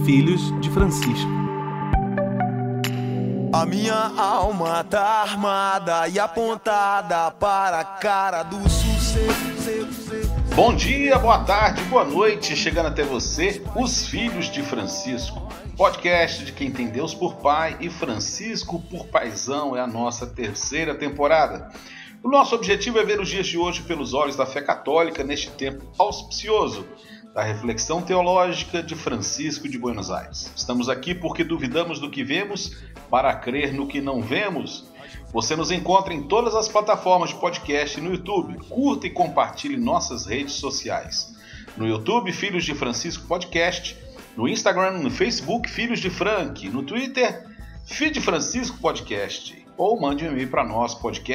Filhos de Francisco. A minha alma tá armada e apontada para a cara do sucesso. Bom dia, boa tarde, boa noite, chegando até você, os Filhos de Francisco. Podcast de quem tem Deus por pai e Francisco por paizão, é a nossa terceira temporada. O nosso objetivo é ver os dias de hoje pelos olhos da fé católica neste tempo auspicioso da reflexão teológica de Francisco de Buenos Aires. Estamos aqui porque duvidamos do que vemos para crer no que não vemos. Você nos encontra em todas as plataformas de podcast e no YouTube. Curta e compartilhe nossas redes sociais. No YouTube, Filhos de Francisco Podcast. No Instagram, no Facebook, Filhos de Frank. No Twitter, Filho de Francisco Podcast. Ou mande um e-mail para nós,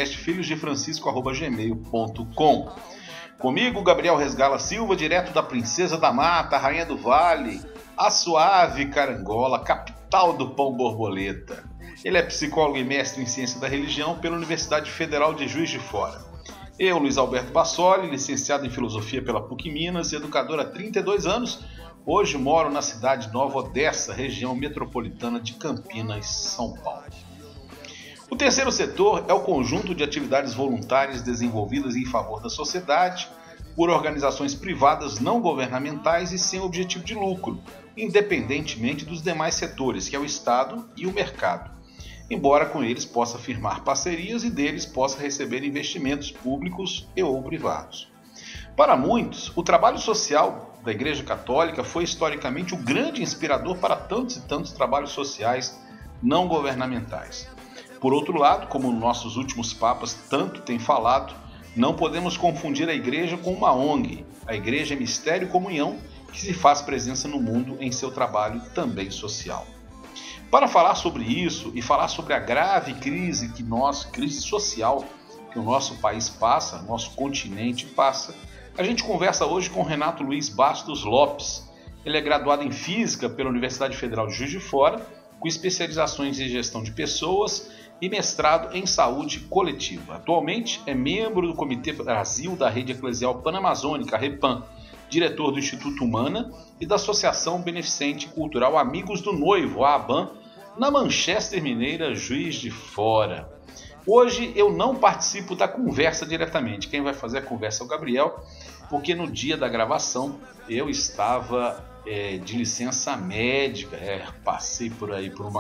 podcastfilhosdefrancisco@gmail.com. Comigo, Gabriel Resgala Silva, direto da Princesa da Mata, Rainha do Vale, a suave Carangola, capital do pão borboleta. Ele é psicólogo e mestre em ciência da religião pela Universidade Federal de Juiz de Fora. Eu, Luiz Alberto Bassoli, licenciado em filosofia pela PUC Minas e educador há 32 anos, hoje moro na cidade de Nova Odessa, região metropolitana de Campinas, São Paulo. O terceiro setor é o conjunto de atividades voluntárias desenvolvidas em favor da sociedade por organizações privadas não governamentais e sem objetivo de lucro, independentemente dos demais setores, que é o Estado e o mercado, embora com eles possa firmar parcerias e deles possa receber investimentos públicos e ou privados. Para muitos, o trabalho social da Igreja Católica foi historicamente o grande inspirador para tantos e tantos trabalhos sociais não governamentais. Por outro lado, como nossos últimos papas tanto têm falado, não podemos confundir a Igreja com uma ONG. A Igreja é mistério e comunhão que se faz presença no mundo em seu trabalho também social. Para falar sobre isso e falar sobre a grave crise social que o nosso país passa, nosso continente passa, a gente conversa hoje com Renato Luiz Bastos Lopes. Ele é graduado em Física pela Universidade Federal de Juiz de Fora, com especializações em Gestão de Pessoas e mestrado em Saúde Coletiva. Atualmente é membro do Comitê Brasil da Rede Eclesial Panamazônica, REPAM, diretor do Instituto Humana e da Associação Beneficente Cultural Amigos do Noivo, a ABAN, na Manchester Mineira, Juiz de Fora. Hoje eu não participo da conversa diretamente, quem vai fazer a conversa é o Gabriel, porque no dia da gravação eu estava de licença médica, passei por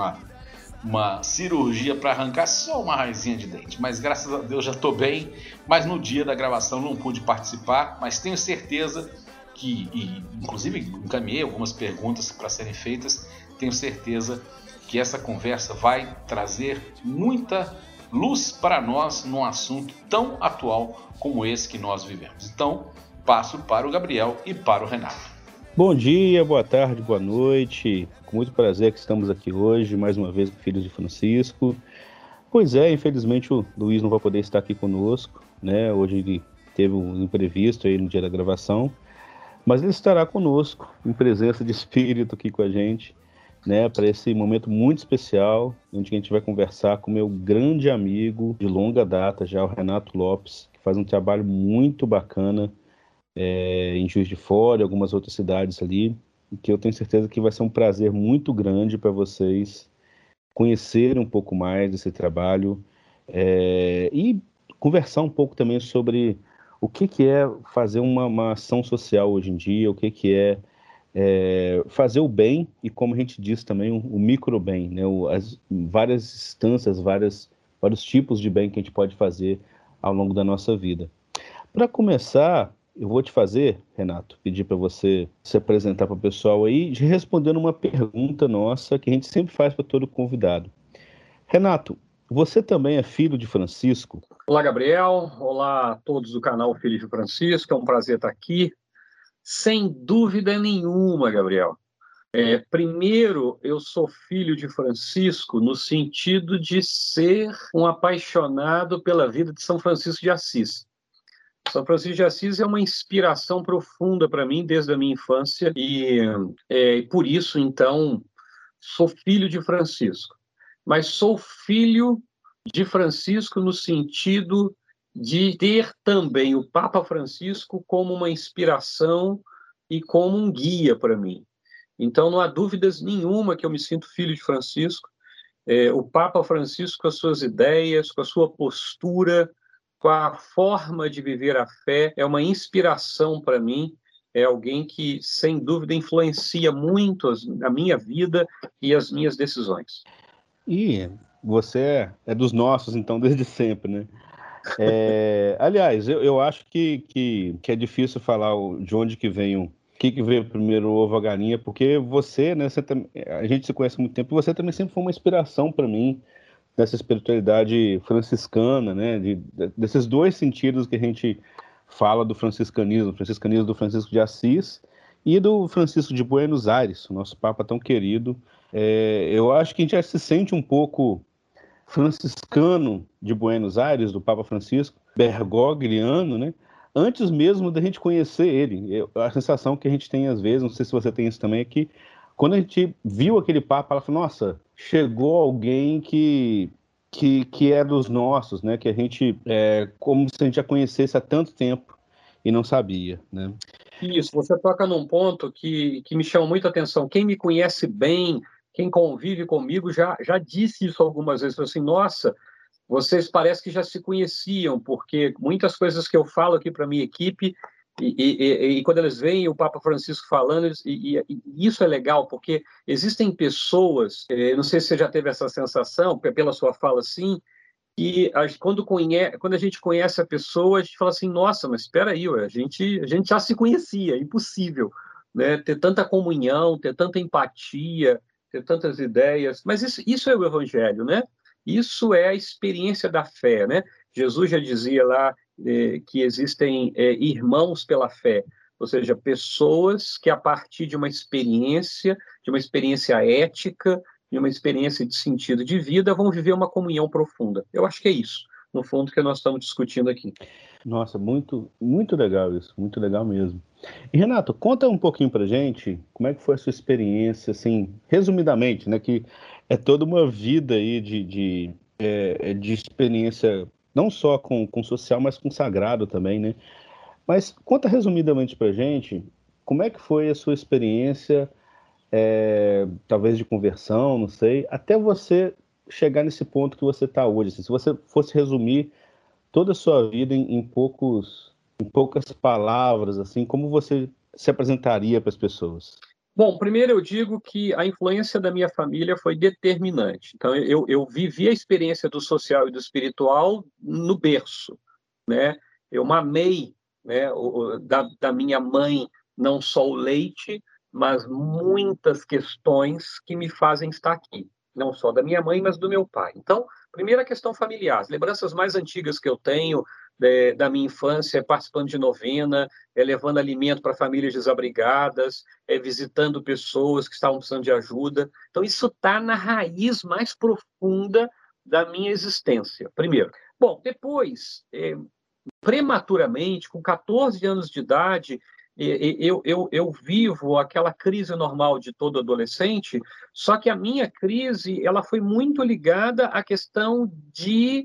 uma cirurgia para arrancar só uma raizinha de dente, mas graças a Deus já estou bem, mas no dia da gravação não pude participar, mas tenho certeza que, inclusive encaminhei algumas perguntas para serem feitas, tenho certeza que essa conversa vai trazer muita luz para nós num assunto tão atual como esse que nós vivemos. Então, passo para o Gabriel e para o Renato. Bom dia, boa tarde, boa noite. Com muito prazer que estamos aqui hoje, mais uma vez com Filhos de Francisco. Pois é, infelizmente o Luiz não vai poder estar aqui conosco, né? Hoje ele teve um imprevisto aí no dia da gravação, mas ele estará conosco, em presença de espírito aqui com a gente, né? Para esse momento muito especial, onde a gente vai conversar com meu grande amigo de longa data já, o Renato Lopes, que faz um trabalho muito bacana em Juiz de Fora e algumas outras cidades ali, que eu tenho certeza que vai ser um prazer muito grande para vocês conhecerem um pouco mais desse trabalho e conversar um pouco também sobre o que é fazer uma ação social hoje em dia, o que é fazer o bem e, como a gente diz também, o micro-bem, né? As várias instâncias, vários tipos de bem que a gente pode fazer ao longo da nossa vida. Para começar, eu vou te fazer, Renato, pedir para você se apresentar para o pessoal aí, respondendo uma pergunta nossa que a gente sempre faz para todo convidado. Renato, você também é filho de Francisco? Olá, Gabriel. Olá a todos do canal Filho de Francisco. É um prazer estar aqui. Sem dúvida nenhuma, Gabriel. Primeiro, eu sou filho de Francisco no sentido de ser um apaixonado pela vida de São Francisco de Assis. São Francisco de Assis é uma inspiração profunda para mim desde a minha infância e por isso, então, sou filho de Francisco. Mas sou filho de Francisco no sentido de ter também o Papa Francisco como uma inspiração e como um guia para mim. Então, não há dúvidas nenhuma que eu me sinto filho de Francisco. O Papa Francisco, com as suas ideias, com a sua postura, com a forma de viver a fé, é uma inspiração para mim. É alguém que, sem dúvida, influencia muito a minha vida e as minhas decisões. E você é dos nossos, então, desde sempre, né? Aliás, eu acho que é difícil falar de onde que vem o que veio primeiro, o ovo ou a galinha, porque você, né, a gente se conhece há muito tempo, e você também sempre foi uma inspiração para mim nessa espiritualidade franciscana, né, desses dois sentidos que a gente fala do franciscanismo do Francisco de Assis e do Francisco de Buenos Aires, o nosso Papa tão querido. Eu acho que a gente já se sente um pouco franciscano de Buenos Aires, do Papa Francisco, bergogliano, né? Antes mesmo da gente conhecer ele. A sensação que a gente tem às vezes, não sei se você tem isso também, é que quando a gente viu aquele Papa, ela falou, nossa, chegou alguém que é dos nossos, né? Que a gente, como se a gente já conhecesse há tanto tempo e não sabia, né? Isso, você toca num ponto que me chama muita atenção. Quem me conhece bem, quem convive comigo, já disse isso algumas vezes. Assim, nossa, vocês parecem que já se conheciam, porque muitas coisas que eu falo aqui para a minha equipe, e quando eles veem o Papa Francisco falando, e isso é legal, porque existem pessoas, não sei se você já teve essa sensação, pela sua fala, sim, e quando a gente conhece a pessoa, a gente fala assim, nossa, mas espera aí, a gente já se conhecia, é impossível, né? Ter tanta comunhão, ter tanta empatia, ter tantas ideias, mas isso é o Evangelho, né? Isso é a experiência da fé, né? Jesus já dizia lá que existem irmãos pela fé, ou seja, pessoas que a partir de uma experiência ética, de uma experiência de sentido de vida, vão viver uma comunhão profunda. Eu acho que é isso, no fundo, que nós estamos discutindo aqui. Nossa, muito, muito legal isso, muito legal mesmo. E Renato, conta um pouquinho pra gente como é que foi a sua experiência, assim, resumidamente, né, que é toda uma vida aí de experiência, não só com social, mas com sagrado também, né? Mas conta resumidamente pra gente como é que foi a sua experiência, talvez de conversão, não sei, até você chegar nesse ponto que você está hoje. Assim, se você fosse resumir toda a sua vida em poucas palavras, assim, como você se apresentaria para as pessoas? Bom, primeiro eu digo que a influência da minha família foi determinante. Então, eu vivi a experiência do social e do espiritual no berço, né? Eu mamei, né, da minha mãe não só o leite, mas muitas questões que me fazem estar aqui. Não só da minha mãe, mas do meu pai. Então, primeira questão familiar. As lembranças mais antigas que eu tenho da minha infância é participando de novena, levando alimento para famílias desabrigadas, visitando pessoas que estavam precisando de ajuda. Então, isso está na raiz mais profunda da minha existência, primeiro. Bom, depois, prematuramente, com 14 anos de idade, eu vivo aquela crise normal de todo adolescente, só que a minha crise ela foi muito ligada à questão de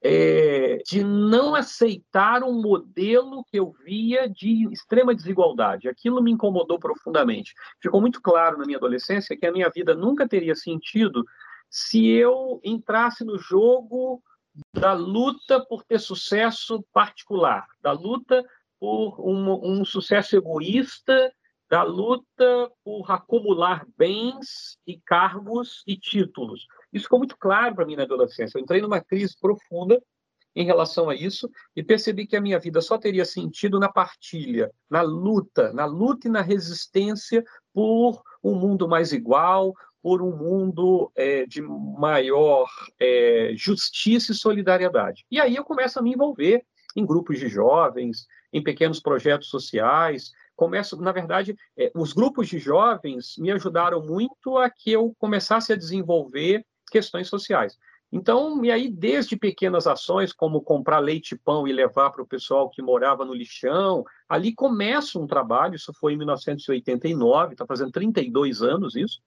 não aceitar um modelo que eu via de extrema desigualdade. Aquilo me incomodou profundamente. Ficou muito claro na minha adolescência que a minha vida nunca teria sentido se eu entrasse no jogo da luta por ter sucesso particular, da luta por um sucesso egoísta, da luta por acumular bens e cargos e títulos. Isso ficou muito claro para mim na adolescência. Eu entrei numa crise profunda em relação a isso e percebi que a minha vida só teria sentido na partilha, na luta e na resistência por um mundo mais igual, por um mundo de maior justiça e solidariedade. E aí eu começo a me envolver em grupos de jovens, em pequenos projetos sociais. Na verdade, os grupos de jovens me ajudaram muito a que eu começasse a desenvolver questões sociais. Então, e aí, desde pequenas ações, como comprar leite e pão e levar para o pessoal que morava no lixão, ali começa um trabalho, isso foi em 1989, está fazendo 32 anos isso,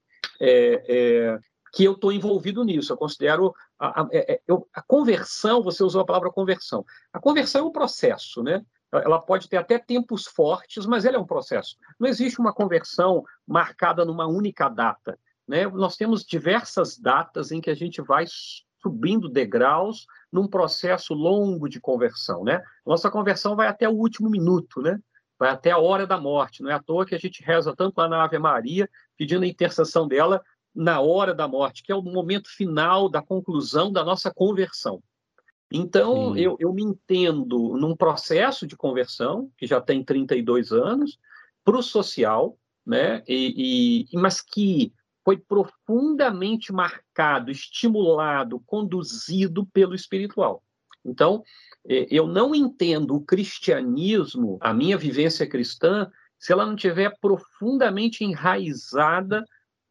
que eu estou envolvido nisso. Eu considero a conversão, você usou a palavra conversão. A conversão é um processo, né? Ela pode ter até tempos fortes, mas ela é um processo. Não existe uma conversão marcada numa única data, né? Nós temos diversas datas em que a gente vai subindo degraus num processo longo de conversão, né? Nossa conversão vai até o último minuto, né? Vai até a hora da morte. Não é à toa que a gente reza tanto lá na Ave Maria, pedindo a intercessão dela na hora da morte, que é o momento final da conclusão da nossa conversão. Então, eu me entendo num processo de conversão, que já tem 32 anos, para o social, né? Mas que foi profundamente marcado, estimulado, conduzido pelo espiritual. Então, eu não entendo o cristianismo, a minha vivência cristã, se ela não estiver profundamente enraizada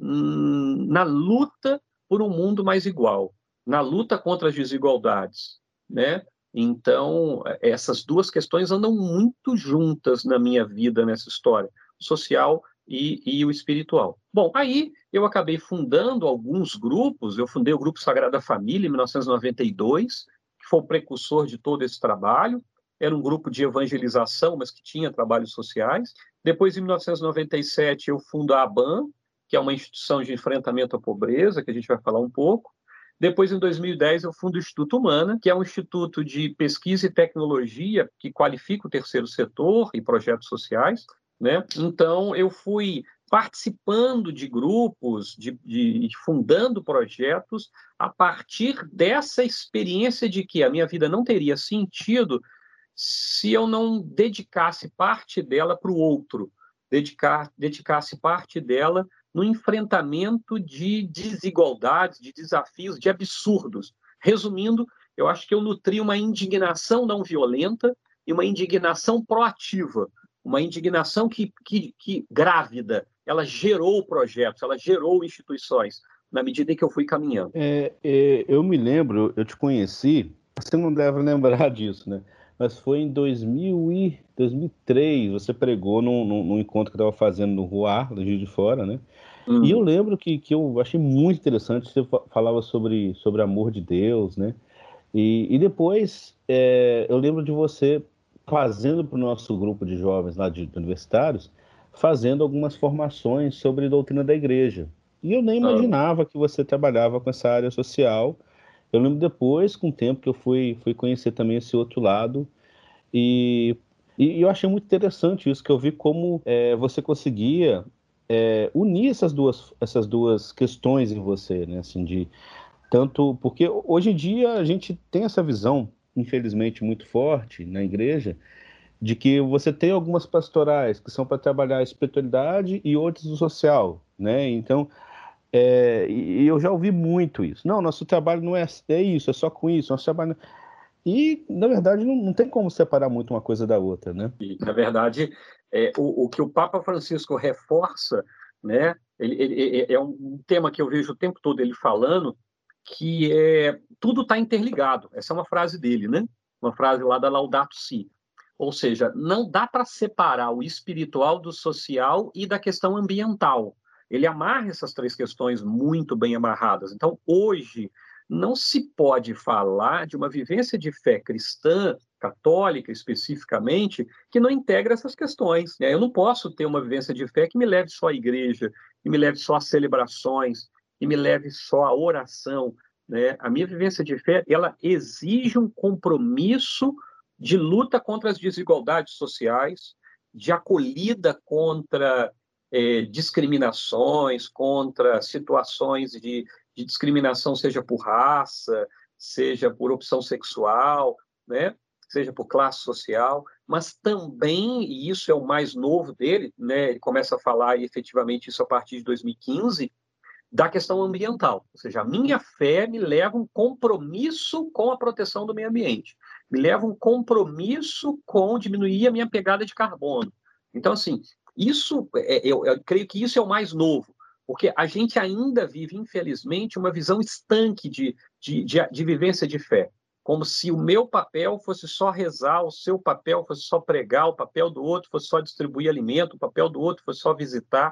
na luta por um mundo mais igual, na luta contra as desigualdades, né? Então, essas duas questões andam muito juntas na minha vida, nessa história, o social e o espiritual. Bom, aí eu acabei fundando alguns grupos. Eu fundei o Grupo Sagrada Família em 1992, que foi o precursor de todo esse trabalho. Era um grupo de evangelização, mas que tinha trabalhos sociais. Depois, em 1997, eu fundo a ABAN, que é uma instituição de enfrentamento à pobreza, que a gente vai falar um pouco. Depois, em 2010, eu fundo o Instituto Humana, que é um instituto de pesquisa e tecnologia que qualifica o terceiro setor e projetos sociais, né? Então, eu fui participando de grupos, fundando projetos a partir dessa experiência de que a minha vida não teria sentido se eu não dedicasse parte dela para o outro, dedicasse parte dela no enfrentamento de desigualdades, de desafios, de absurdos. Resumindo, eu acho que eu nutri uma indignação não violenta e uma indignação proativa, uma indignação que grávida, ela gerou projetos, ela gerou instituições, na medida em que eu fui caminhando. Eu me lembro, eu te conheci, você não deve lembrar disso, né? Mas foi em 2003, você pregou num encontro que eu estava fazendo no Ruar, do Juiz de Fora, né? E eu lembro que eu achei muito interessante, você falava sobre amor de Deus, né? E depois, eu lembro de você fazendo para o nosso grupo de jovens lá de universitários, fazendo algumas formações sobre doutrina da igreja. E eu nem imaginava que você trabalhava com essa área social. Eu lembro depois, com o tempo, que eu fui conhecer também esse outro lado. E eu achei muito interessante isso, que eu vi como você conseguia unir essas duas questões em você, né? Assim, tanto porque hoje em dia a gente tem essa visão, infelizmente, muito forte na igreja, de que você tem algumas pastorais que são para trabalhar a espiritualidade e outras o social, né? Então, e eu já ouvi muito isso. Não, nosso trabalho não é isso, é só com isso. Nosso trabalho... E, na verdade, não tem como separar muito uma coisa da outra, né? E, na verdade, o que o Papa Francisco reforça, né? Ele é um tema que eu vejo o tempo todo ele falando, que tudo está interligado. Essa é uma frase dele, né? Uma frase lá da Laudato Si. Ou seja, não dá para separar o espiritual do social e da questão ambiental. Ele amarra essas três questões muito bem amarradas. Então, hoje, não se pode falar de uma vivência de fé cristã, católica especificamente, que não integra essas questões. Eu não posso ter uma vivência de fé que me leve só à igreja, que me leve só às celebrações, que me leve só à oração. A minha vivência de fé, ela exige um compromisso de luta contra as desigualdades sociais, de acolhida contra discriminações, contra situações de discriminação, seja por raça, seja por opção sexual, né? Seja por classe social, mas também, e isso é o mais novo dele, né? Ele começa a falar efetivamente isso a partir de 2015, da questão ambiental. Ou seja, a minha fé me leva um compromisso com a proteção do meio ambiente, me leva um compromisso com diminuir a minha pegada de carbono. Então, assim, isso, eu creio que isso é o mais novo, porque a gente ainda vive, infelizmente, uma visão estanque de vivência de fé, como se o meu papel fosse só rezar, o seu papel fosse só pregar, o papel do outro fosse só distribuir alimento, o papel do outro fosse só visitar.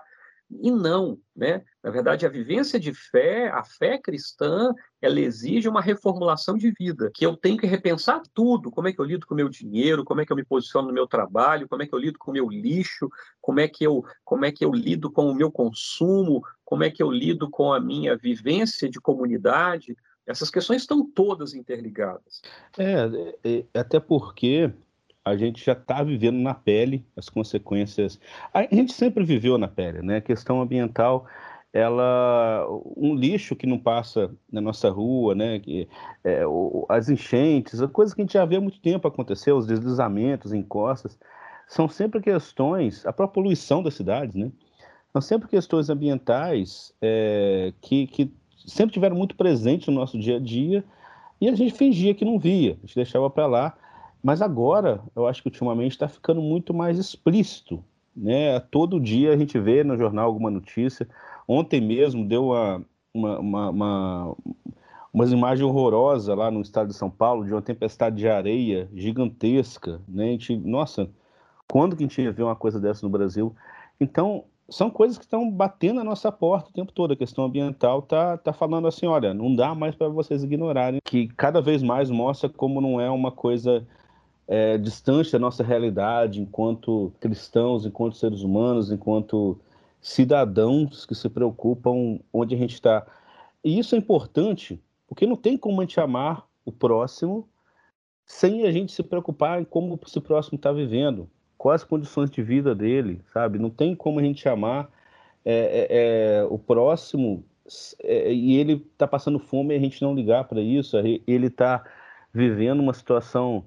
E não, né? Na verdade, a vivência de fé, a fé cristã, ela exige uma reformulação de vida, que eu tenho que repensar tudo, como é que eu lido com o meu dinheiro, como é que eu me posiciono no meu trabalho, como é que eu lido com o meu lixo, como é que eu lido com o meu consumo, como é que eu lido com a minha vivência de comunidade. Essas questões estão todas interligadas. Até porque a gente já está vivendo na pele as consequências. A gente sempre viveu na pele, né? A questão ambiental, um lixo que não passa na nossa rua, né? As enchentes, a coisa que a gente já vê há muito tempo acontecer, os deslizamentos, encostas, são sempre questões, a própria poluição das cidades, né? São sempre questões ambientais que sempre tiveram muito presentes no nosso dia a dia e a gente fingia que não via, a gente deixava para lá. Mas agora, eu acho que ultimamente está ficando muito mais explícito, né? Todo dia a gente vê no jornal alguma notícia. Ontem mesmo deu umas imagens horrorosas lá no estado de São Paulo, de uma tempestade de areia gigantesca, né? Nossa, quando que a gente ia ver uma coisa dessa no Brasil? Então, são coisas que estão batendo na nossa porta o tempo todo. A questão ambiental tá falando assim, olha, não dá mais para vocês ignorarem, que cada vez mais mostra como não é uma coisa distante da nossa realidade enquanto cristãos, enquanto seres humanos, enquanto cidadãos que se preocupam onde a gente está. E isso é importante, porque não tem como a gente amar o próximo sem a gente se preocupar em como esse próximo está vivendo, quais as condições de vida dele, sabe? Não tem como a gente amar o próximo e ele está passando fome e a gente não ligar para isso, ele está vivendo uma situação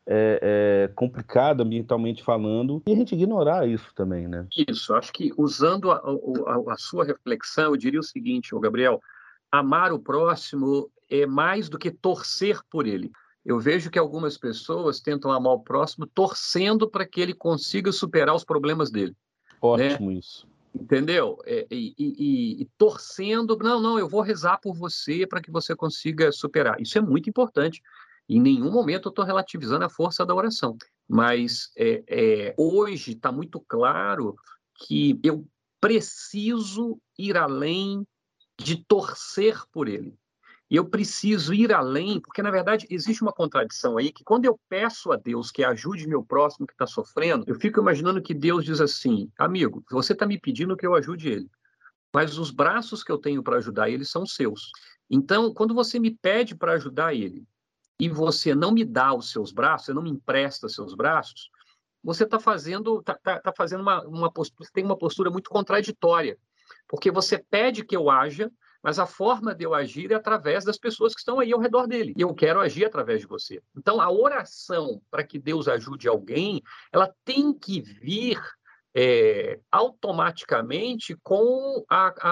complicada ambientalmente falando e a gente ignorar isso também, né? Isso, acho que usando a sua reflexão, eu diria o seguinte, ô Gabriel: amar o próximo é mais do que torcer por ele. Eu vejo que algumas pessoas tentam amar o próximo torcendo para que ele consiga superar os problemas dele, né? Ótimo isso. Entendeu? E torcendo, não, não, eu vou rezar por você para que você consiga superar. Isso é muito importante. Em nenhum momento eu estou relativizando a força da oração. Mas hoje está muito claro que eu preciso ir além de torcer por ele. E eu preciso ir além, porque, na verdade, existe uma contradição aí, que quando eu peço a Deus que ajude meu próximo que está sofrendo, eu fico imaginando que Deus diz assim: amigo, você está me pedindo que eu ajude ele, mas os braços que eu tenho para ajudar ele são seus. Então, quando você me pede para ajudar ele, e você não me dá os seus braços, você não me empresta seus braços, você está fazendo uma postura, tem uma postura muito contraditória, porque você pede que eu haja, mas a forma de eu agir é através das pessoas que estão aí ao redor dele. E eu quero agir através de você. Então, a oração para que Deus ajude alguém, ela tem que vir automaticamente com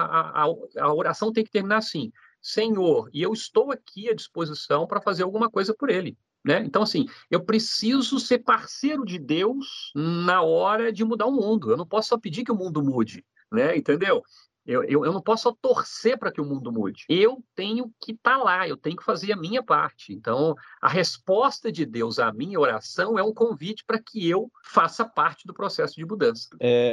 a oração tem que terminar assim: Senhor, e eu estou aqui à disposição para fazer alguma coisa por ele. Né? Então, assim, eu preciso ser parceiro de Deus na hora de mudar o mundo. Eu não posso só pedir que o mundo mude, né? Entendeu? Eu não posso só torcer para que o mundo mude. Eu tenho que estar lá, eu tenho que fazer a minha parte. Então, a resposta de Deus à minha oração é um convite para que eu faça parte do processo de mudança.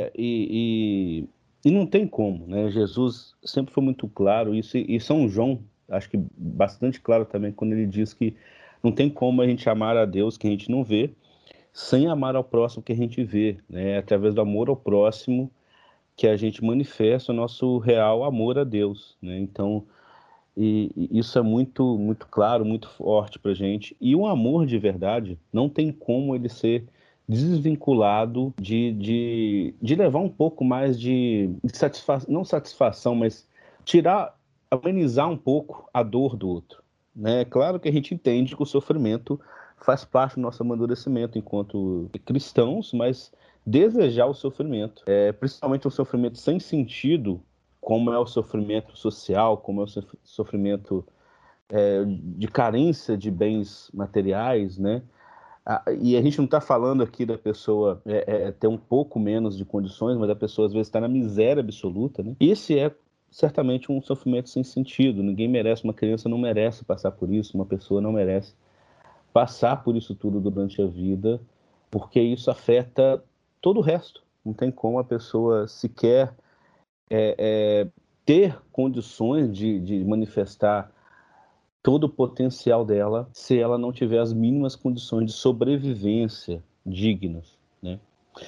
E não tem como, né? Jesus sempre foi muito claro, isso, e São João, acho que bastante claro também, quando ele diz que não tem como a gente amar a Deus que a gente não vê, sem amar ao próximo que a gente vê, né? Através do amor ao próximo que a gente manifesta o nosso real amor a Deus, né? Então, e isso é muito, muito claro, muito forte para a gente. E o amor de verdade não tem como ele ser desvinculado de levar um pouco mais de satisfação, não satisfação, mas amenizar um pouco a dor do outro, né? É claro que a gente entende que o sofrimento faz parte do nosso amadurecimento enquanto cristãos, mas desejar o sofrimento, principalmente um sofrimento sem sentido, como é o sofrimento social, como é o sofrimento de carência de bens materiais, né? E a gente não está falando aqui da pessoa ter um pouco menos de condições, mas a pessoa às vezes está na miséria absoluta, né? Esse é certamente um sofrimento sem sentido. Ninguém merece, uma criança não merece passar por isso, uma pessoa não merece passar por isso tudo durante a vida, porque isso afeta todo o resto. Não tem como a pessoa sequer ter condições de manifestar todo o potencial dela se ela não tiver as mínimas condições de sobrevivência dignas, né?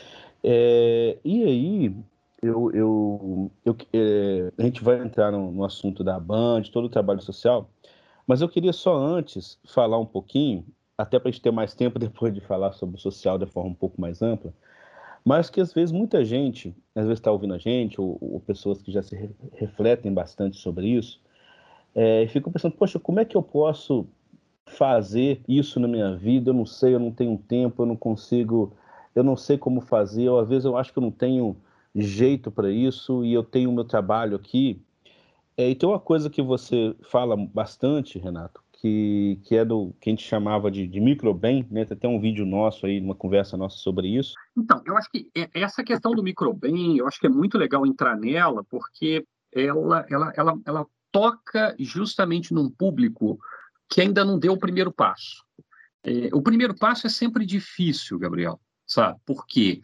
E aí, a gente vai entrar no assunto da Band, todo o trabalho social, mas eu queria só antes falar um pouquinho, até para a gente ter mais tempo depois de falar sobre o social de forma um pouco mais ampla, mas que às vezes muita gente, às vezes está ouvindo a gente, ou pessoas que já se refletem bastante sobre isso, e ficam pensando, poxa, como é que eu posso fazer isso na minha vida? Eu não sei, eu não tenho tempo, eu não consigo, eu não sei como fazer, ou às vezes eu acho que eu não tenho jeito para isso e eu tenho o meu trabalho aqui. E tem uma coisa que você fala bastante, Renato, que é do que a gente chamava de microbem, né? Tem até um vídeo nosso aí, uma conversa nossa sobre isso. Então, eu acho que essa questão do microbem, eu acho que é muito legal entrar nela, porque ela toca justamente num público que ainda não deu o primeiro passo. O primeiro passo é sempre difícil, Gabriel, sabe? Porque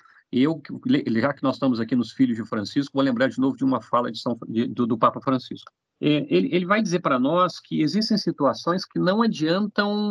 já que nós estamos aqui nos Filhos de Francisco, vou lembrar de novo de uma fala do Papa Francisco. Ele vai dizer para nós que existem situações que não adianta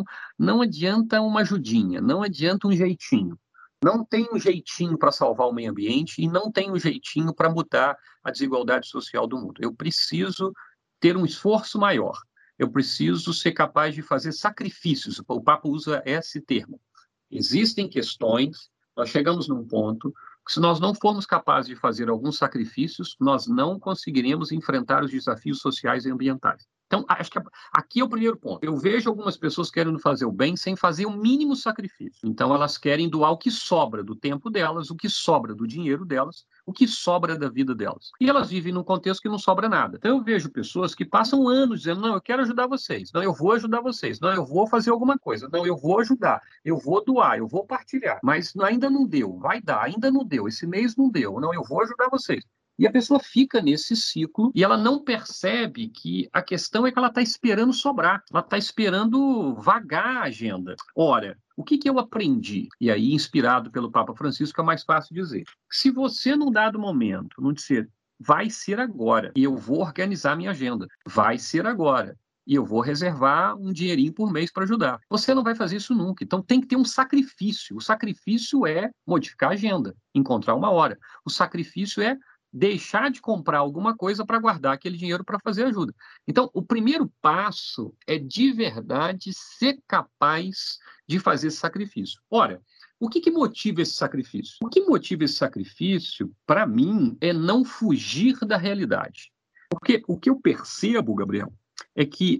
uma ajudinha, não adianta um jeitinho. Não tem um jeitinho para salvar o meio ambiente e não tem um jeitinho para mudar a desigualdade social do mundo. Eu preciso ter um esforço maior. Eu preciso ser capaz de fazer sacrifícios. O Papa usa esse termo. Existem questões, nós chegamos num ponto que, se nós não formos capazes de fazer alguns sacrifícios, nós não conseguiremos enfrentar os desafios sociais e ambientais. Então, acho que aqui é o primeiro ponto. Eu vejo algumas pessoas querendo fazer o bem sem fazer o mínimo sacrifício. Então, elas querem doar o que sobra do tempo delas, o que sobra do dinheiro delas, o que sobra da vida delas. E elas vivem num contexto que não sobra nada. Então, eu vejo pessoas que passam anos dizendo, não, eu quero ajudar vocês, não, eu vou ajudar vocês, não, eu vou fazer alguma coisa, não, eu vou ajudar, eu vou doar, eu vou partilhar, mas ainda não deu, vai dar, ainda não deu, esse mês não deu, não, eu vou ajudar vocês. E a pessoa fica nesse ciclo e ela não percebe que a questão é que ela está esperando sobrar, ela está esperando vagar a agenda. Ora, o que eu aprendi? E aí, inspirado pelo Papa Francisco, é mais fácil dizer. Se você, num dado momento, não disser, vai ser agora, e eu vou organizar minha agenda, vai ser agora, e eu vou reservar um dinheirinho por mês para ajudar. Você não vai fazer isso nunca. Então tem que ter um sacrifício. O sacrifício é modificar a agenda, encontrar uma hora. O sacrifício é deixar de comprar alguma coisa para guardar aquele dinheiro para fazer ajuda. Então, o primeiro passo é, de verdade, ser capaz de fazer esse sacrifício. Ora, o que motiva esse sacrifício? O que motiva esse sacrifício, para mim, é não fugir da realidade. Porque o que eu percebo, Gabriel, é que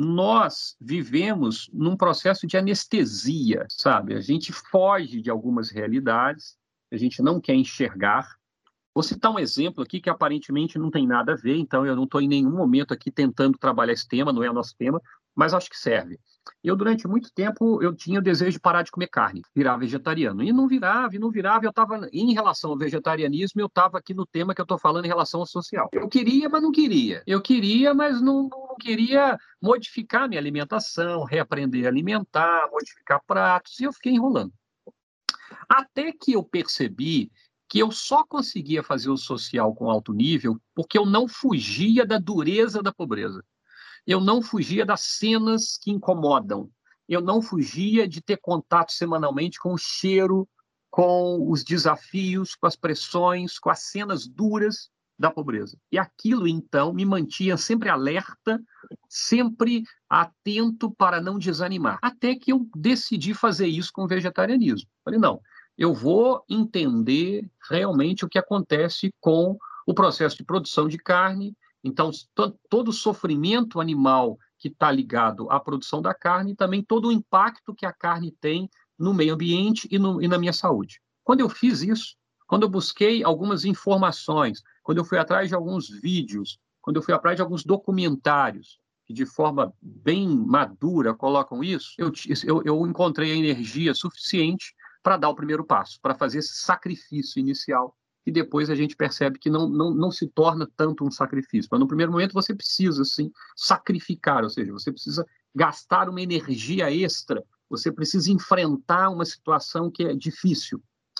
nós vivemos num processo de anestesia, sabe? A gente foge de algumas realidades, a gente não quer enxergar. Vou citar um exemplo aqui que aparentemente não tem nada a ver, então eu não estou em nenhum momento aqui tentando trabalhar esse tema, não é o nosso tema, mas acho que serve. Eu, durante muito tempo, eu tinha o desejo de parar de comer carne, virar vegetariano. E não virava, eu estava, em relação ao vegetarianismo, eu estava aqui no tema que eu estou falando em relação ao social. Eu queria, mas não queria. Eu queria, mas não queria modificar minha alimentação, reaprender a alimentar, modificar pratos, e eu fiquei enrolando. Até que eu percebi que eu só conseguia fazer o social com alto nível porque eu não fugia da dureza da pobreza. Eu não fugia das cenas que incomodam. Eu não fugia de ter contato semanalmente com o cheiro, com os desafios, com as pressões, com as cenas duras da pobreza. E aquilo, então, me mantinha sempre alerta, sempre atento para não desanimar. Até que eu decidi fazer isso com o vegetarianismo. Falei, não, eu vou entender realmente o que acontece com o processo de produção de carne. Então, todo o sofrimento animal que está ligado à produção da carne e também todo o impacto que a carne tem no meio ambiente e na minha saúde. Quando eu fiz isso, quando eu busquei algumas informações, quando eu fui atrás de alguns vídeos, quando eu fui atrás de alguns documentários que de forma bem madura colocam isso, eu encontrei a energia suficiente para dar o primeiro passo, para fazer esse sacrifício inicial, e depois a gente percebe que não se torna tanto um sacrifício. Mas no primeiro momento você precisa, sim, sacrificar, ou seja, você precisa gastar uma energia extra, você precisa enfrentar uma situação que é difícil.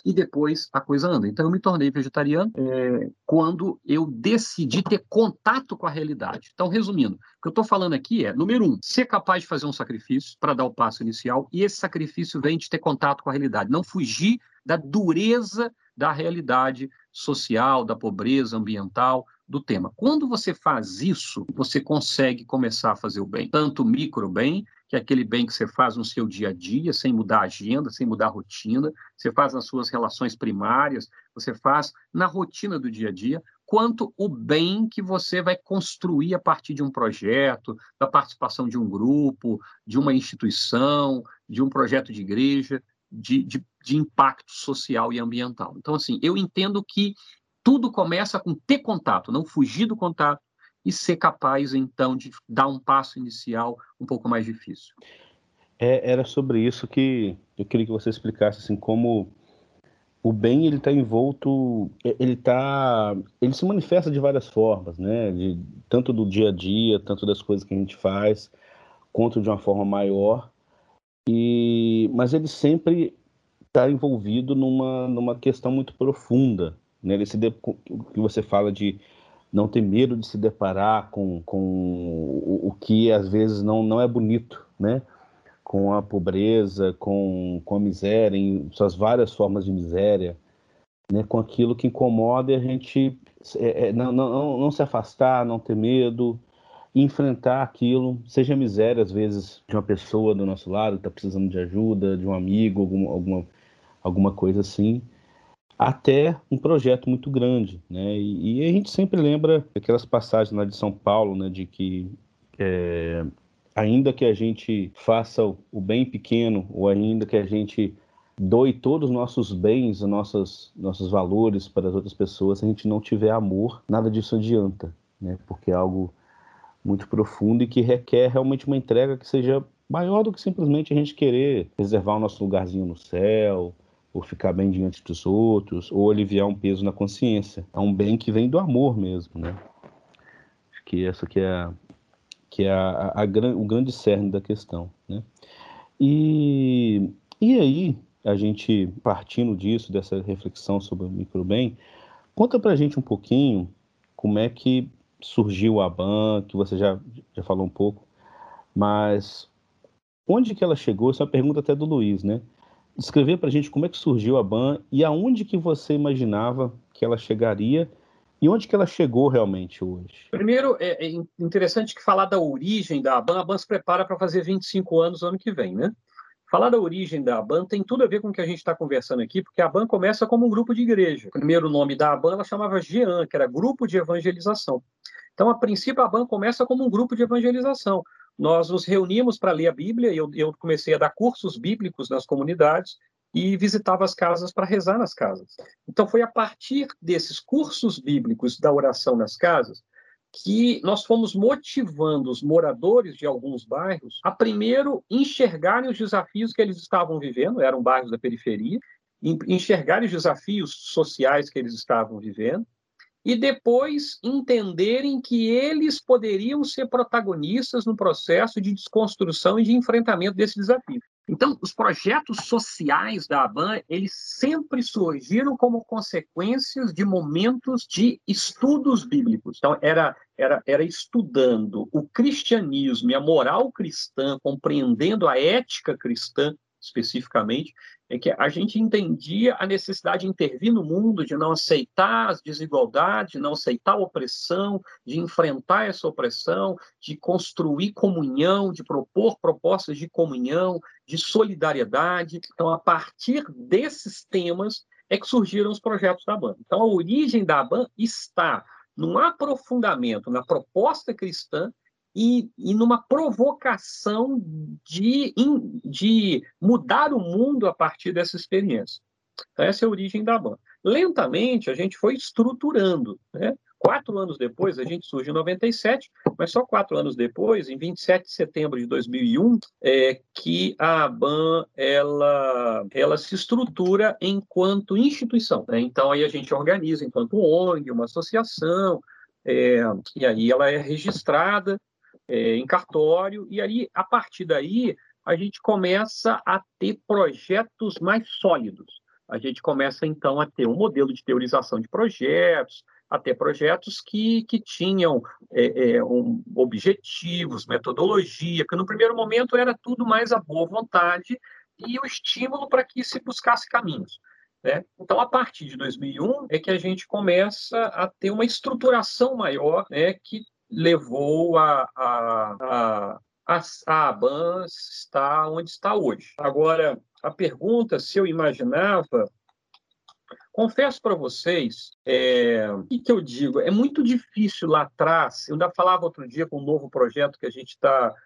e depois a coisa anda. Então eu me tornei vegetariano quando eu decidi ter contato com a realidade. Então, resumindo, o que eu estou falando aqui é, número 1, ser capaz de fazer um sacrifício para dar o passo inicial, e esse sacrifício vem de ter contato com a realidade, não fugir da dureza da realidade social, da pobreza ambiental, do tema. Quando você faz isso, você consegue começar a fazer o bem, tanto o micro bem, que é aquele bem que você faz no seu dia a dia, sem mudar a agenda, sem mudar a rotina, você faz nas suas relações primárias, você faz na rotina do dia a dia, quanto o bem que você vai construir a partir de um projeto, da participação de um grupo, de uma instituição, de um projeto de igreja, de impacto social e ambiental. Então, assim, eu entendo que tudo começa com ter contato, não fugir do contato e ser capaz, então, de dar um passo inicial um pouco mais difícil. Era sobre isso que eu queria que você explicasse, assim, como o bem, ele está envolto, ele se manifesta de várias formas, né? Tanto do dia a dia, tanto das coisas que a gente faz, quanto de uma forma maior, mas ele sempre está envolvido numa questão muito profunda, né? O que você fala de não ter medo de se deparar com o que às vezes não é bonito, né? Com a pobreza, com a miséria, em suas várias formas de miséria, né? Com aquilo que incomoda, e a gente não se afastar, não ter medo, enfrentar aquilo, seja a miséria, às vezes, de uma pessoa do nosso lado que está precisando de ajuda, de um amigo, alguma coisa assim, até um projeto muito grande, né? E a gente sempre lembra aquelas passagens lá de São Paulo, né? De que ainda que a gente faça o bem pequeno, ou ainda que a gente doe todos os nossos bens, nossos valores para as outras pessoas, se a gente não tiver amor, nada disso adianta, né? Porque é algo muito profundo e que requer realmente uma entrega que seja maior do que simplesmente a gente querer reservar o nosso lugarzinho no céu, ou ficar bem diante dos outros, ou aliviar um peso na consciência. É um bem que vem do amor mesmo, né? Acho que essa que é o grande cerne da questão, né? E aí, a gente, partindo disso, dessa reflexão sobre o microbem, conta pra gente um pouquinho como é que surgiu a ABAN, que você já falou um pouco, mas onde que ela chegou? Essa é uma pergunta até do Luiz, né? Descrever pra gente como é que surgiu a ABAN e aonde que você imaginava que ela chegaria e onde que ela chegou realmente hoje. Primeiro, é interessante que falar da origem da ABAN se prepara para fazer 25 anos ano que vem, né? Falar da origem da ABAN tem tudo a ver com o que a gente está conversando aqui, porque a ABAN começa como um grupo de igreja. O primeiro nome da ABAN ela chamava GEAN, que era Grupo de Evangelização. Então, a princípio, a ABAN começa como um grupo de evangelização. Nós nos reunimos para ler a Bíblia, e eu comecei a dar cursos bíblicos nas comunidades e visitava as casas para rezar nas casas. Então, foi a partir desses cursos bíblicos da oração nas casas que nós fomos motivando os moradores de alguns bairros a primeiro enxergarem os desafios que eles estavam vivendo, eram bairros da periferia, enxergarem os desafios sociais que eles estavam vivendo, e depois entenderem que eles poderiam ser protagonistas no processo de desconstrução e de enfrentamento desse desafio. Então, os projetos sociais da ABAN, eles sempre surgiram como consequências de momentos de estudos bíblicos. Então, era estudando o cristianismo e a moral cristã, compreendendo a ética cristã, especificamente, é que a gente entendia a necessidade de intervir no mundo, de não aceitar as desigualdades, de não aceitar a opressão, de enfrentar essa opressão, de construir comunhão, de propor propostas de comunhão, de solidariedade. Então, a partir desses temas é que surgiram os projetos da ABAN. Então, a origem da ABAN está num aprofundamento na proposta cristã e numa provocação de mudar o mundo a partir dessa experiência. Então, essa é a origem da ABAN. Lentamente, a gente foi estruturando, né? 4 anos depois, a gente surge em 97, mas só 4 anos depois, em 27 de setembro de 2001, que a ABAN ela se estrutura enquanto instituição, né? Então, aí a gente organiza enquanto ONG, uma associação, e aí ela é registrada em cartório, e aí, a partir daí, a gente começa a ter projetos mais sólidos. a gente começa, então, a ter um modelo de teorização de projetos, até projetos que tinham objetivos, metodologia, porque no primeiro momento era tudo mais a boa vontade e o estímulo para que se buscasse caminhos, né? Então, a partir de 2001 é que a gente começa a ter uma estruturação maior, né, que levou a ABAN estar onde está hoje. Agora, a pergunta se eu imaginava, confesso para vocês, o que eu digo? É muito difícil lá atrás. Eu ainda falava outro dia com um novo projeto que a gente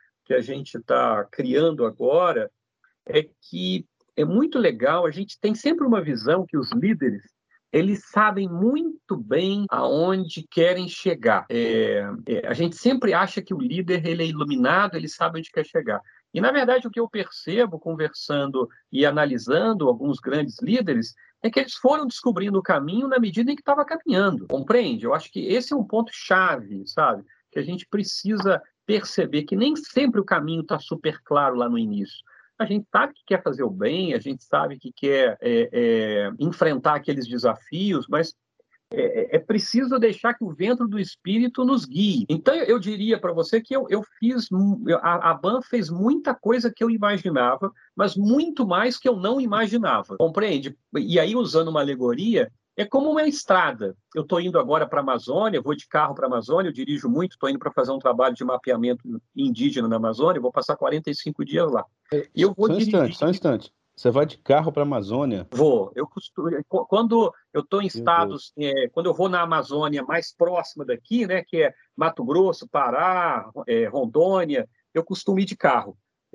está criando agora, é que é muito legal. A gente tem sempre uma visão que os líderes eles sabem muito bem aonde querem chegar. A gente sempre acha que o líder ele é iluminado, ele sabe onde quer chegar. E, na verdade, o que eu percebo, conversando e analisando alguns grandes líderes, é que eles foram descobrindo o caminho na medida em que estava caminhando. Compreende? Eu acho que esse é um ponto-chave, sabe? Que a gente precisa perceber que nem sempre o caminho está super claro lá no início. A gente sabe que quer fazer o bem, a gente sabe que quer enfrentar aqueles desafios, mas é preciso deixar que o vento do Espírito nos guie. Então, eu diria para você que a ABAN fez muita coisa que eu imaginava, mas muito mais que eu não imaginava, compreende? E aí, usando uma alegoria, é como uma estrada. Eu estou indo agora para a Amazônia, vou de carro para a Amazônia, eu dirijo muito, estou indo para fazer um trabalho de mapeamento indígena na Amazônia, vou passar 45 dias lá. E eu vou dirigir... Só um instante. Você vai de carro para a Amazônia? Vou. Quando eu estou em estados, quando eu vou na Amazônia mais próxima daqui, né, que é Mato Grosso, Pará, Rondônia, eu costumo ir de carro.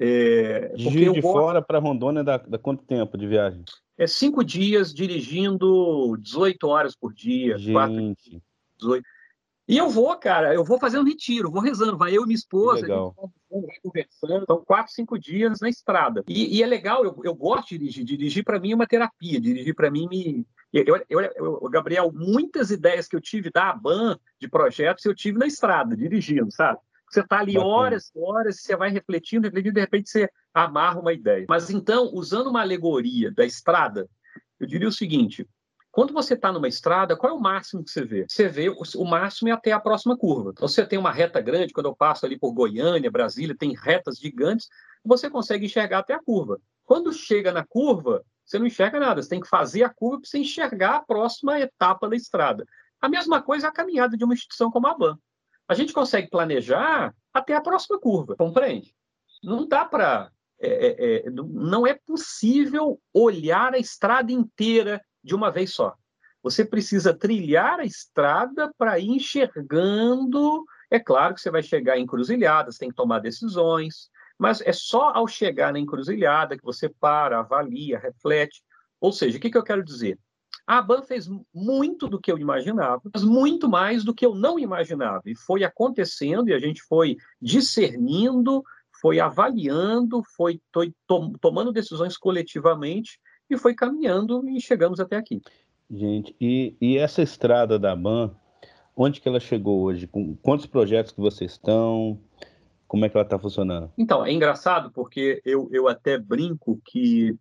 De Juiz de Fora para Rondônia dá quanto tempo de viagem? 5 dias dirigindo 18 horas por dia. Gente. 18. E eu vou, cara, fazendo retiro, vou rezando, vai eu e minha esposa, a gente vai conversando, então 4, 5 dias na estrada. E é legal, eu gosto de dirigir para mim é uma terapia, dirigir para mim Gabriel, muitas ideias que eu tive da ABAN, de projetos, eu tive na estrada, dirigindo, sabe? Você está ali horas, você vai refletindo, de repente você amarra uma ideia. Mas então, usando uma alegoria da estrada, eu diria o seguinte: quando você está numa estrada, qual é o máximo que você vê? Você vê o máximo é até a próxima curva. Então, você tem uma reta grande, quando eu passo ali por Goiânia, Brasília, tem retas gigantes, você consegue enxergar até a curva. Quando chega na curva, você não enxerga nada, você tem que fazer a curva para você enxergar a próxima etapa da estrada. A mesma coisa é a caminhada de uma instituição como a ABAN. A gente consegue planejar até a próxima curva, compreende? Não dá para... não é possível olhar a estrada inteira de uma vez só. Você precisa trilhar a estrada para ir enxergando. É claro que você vai chegar em encruzilhadas, tem que tomar decisões, mas é só ao chegar na encruzilhada que você para, avalia, reflete. Ou seja, o que eu quero dizer? A ABAN fez muito do que eu imaginava, mas muito mais do que eu não imaginava. E foi acontecendo, e a gente foi discernindo, foi avaliando, foi tomando decisões coletivamente, e foi caminhando e chegamos até aqui. Gente, e essa estrada da ABAN, onde que ela chegou hoje? Com quantos projetos que vocês estão? Como é que ela está funcionando? Então, é engraçado porque eu até brinco que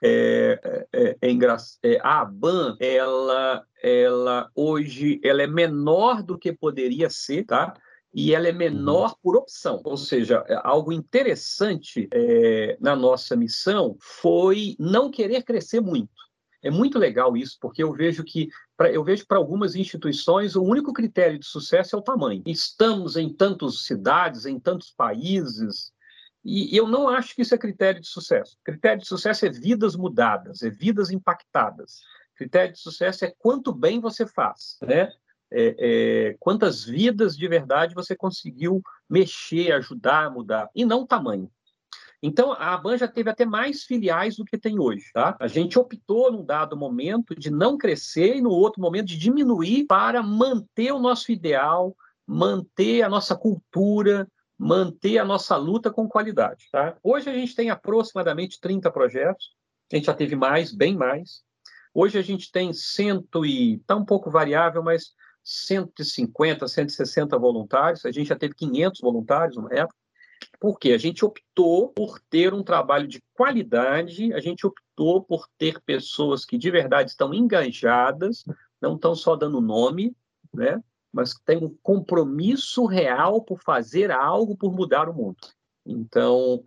a ABAN, ela hoje ela é menor do que poderia ser, tá? E ela é menor por opção. Ou seja, algo interessante na nossa missão foi não querer crescer muito. É muito legal isso, porque eu vejo para algumas instituições o único critério de sucesso é o tamanho. Estamos em tantas cidades, em tantos países, e eu não acho que isso é critério de sucesso. Critério de sucesso é vidas mudadas, é vidas impactadas. Critério de sucesso é quanto bem você faz, né? Quantas vidas de verdade você conseguiu mexer, ajudar, mudar, e não o tamanho. Então, a ABAN já teve até mais filiais do que tem hoje, tá? A gente optou, num dado momento, de não crescer e, no outro momento, de diminuir para manter o nosso ideal, manter a nossa cultura, manter a nossa luta com qualidade, tá? Hoje a gente tem aproximadamente 30 projetos, a gente já teve mais, bem mais. Hoje a gente tem está um pouco variável, mas 150, 160 voluntários, a gente já teve 500 voluntários numa época. Porque a gente optou por ter um trabalho de qualidade, a gente optou por ter pessoas que de verdade estão engajadas, não estão só dando nome, né? Mas têm um compromisso real por fazer algo, por mudar o mundo. Então,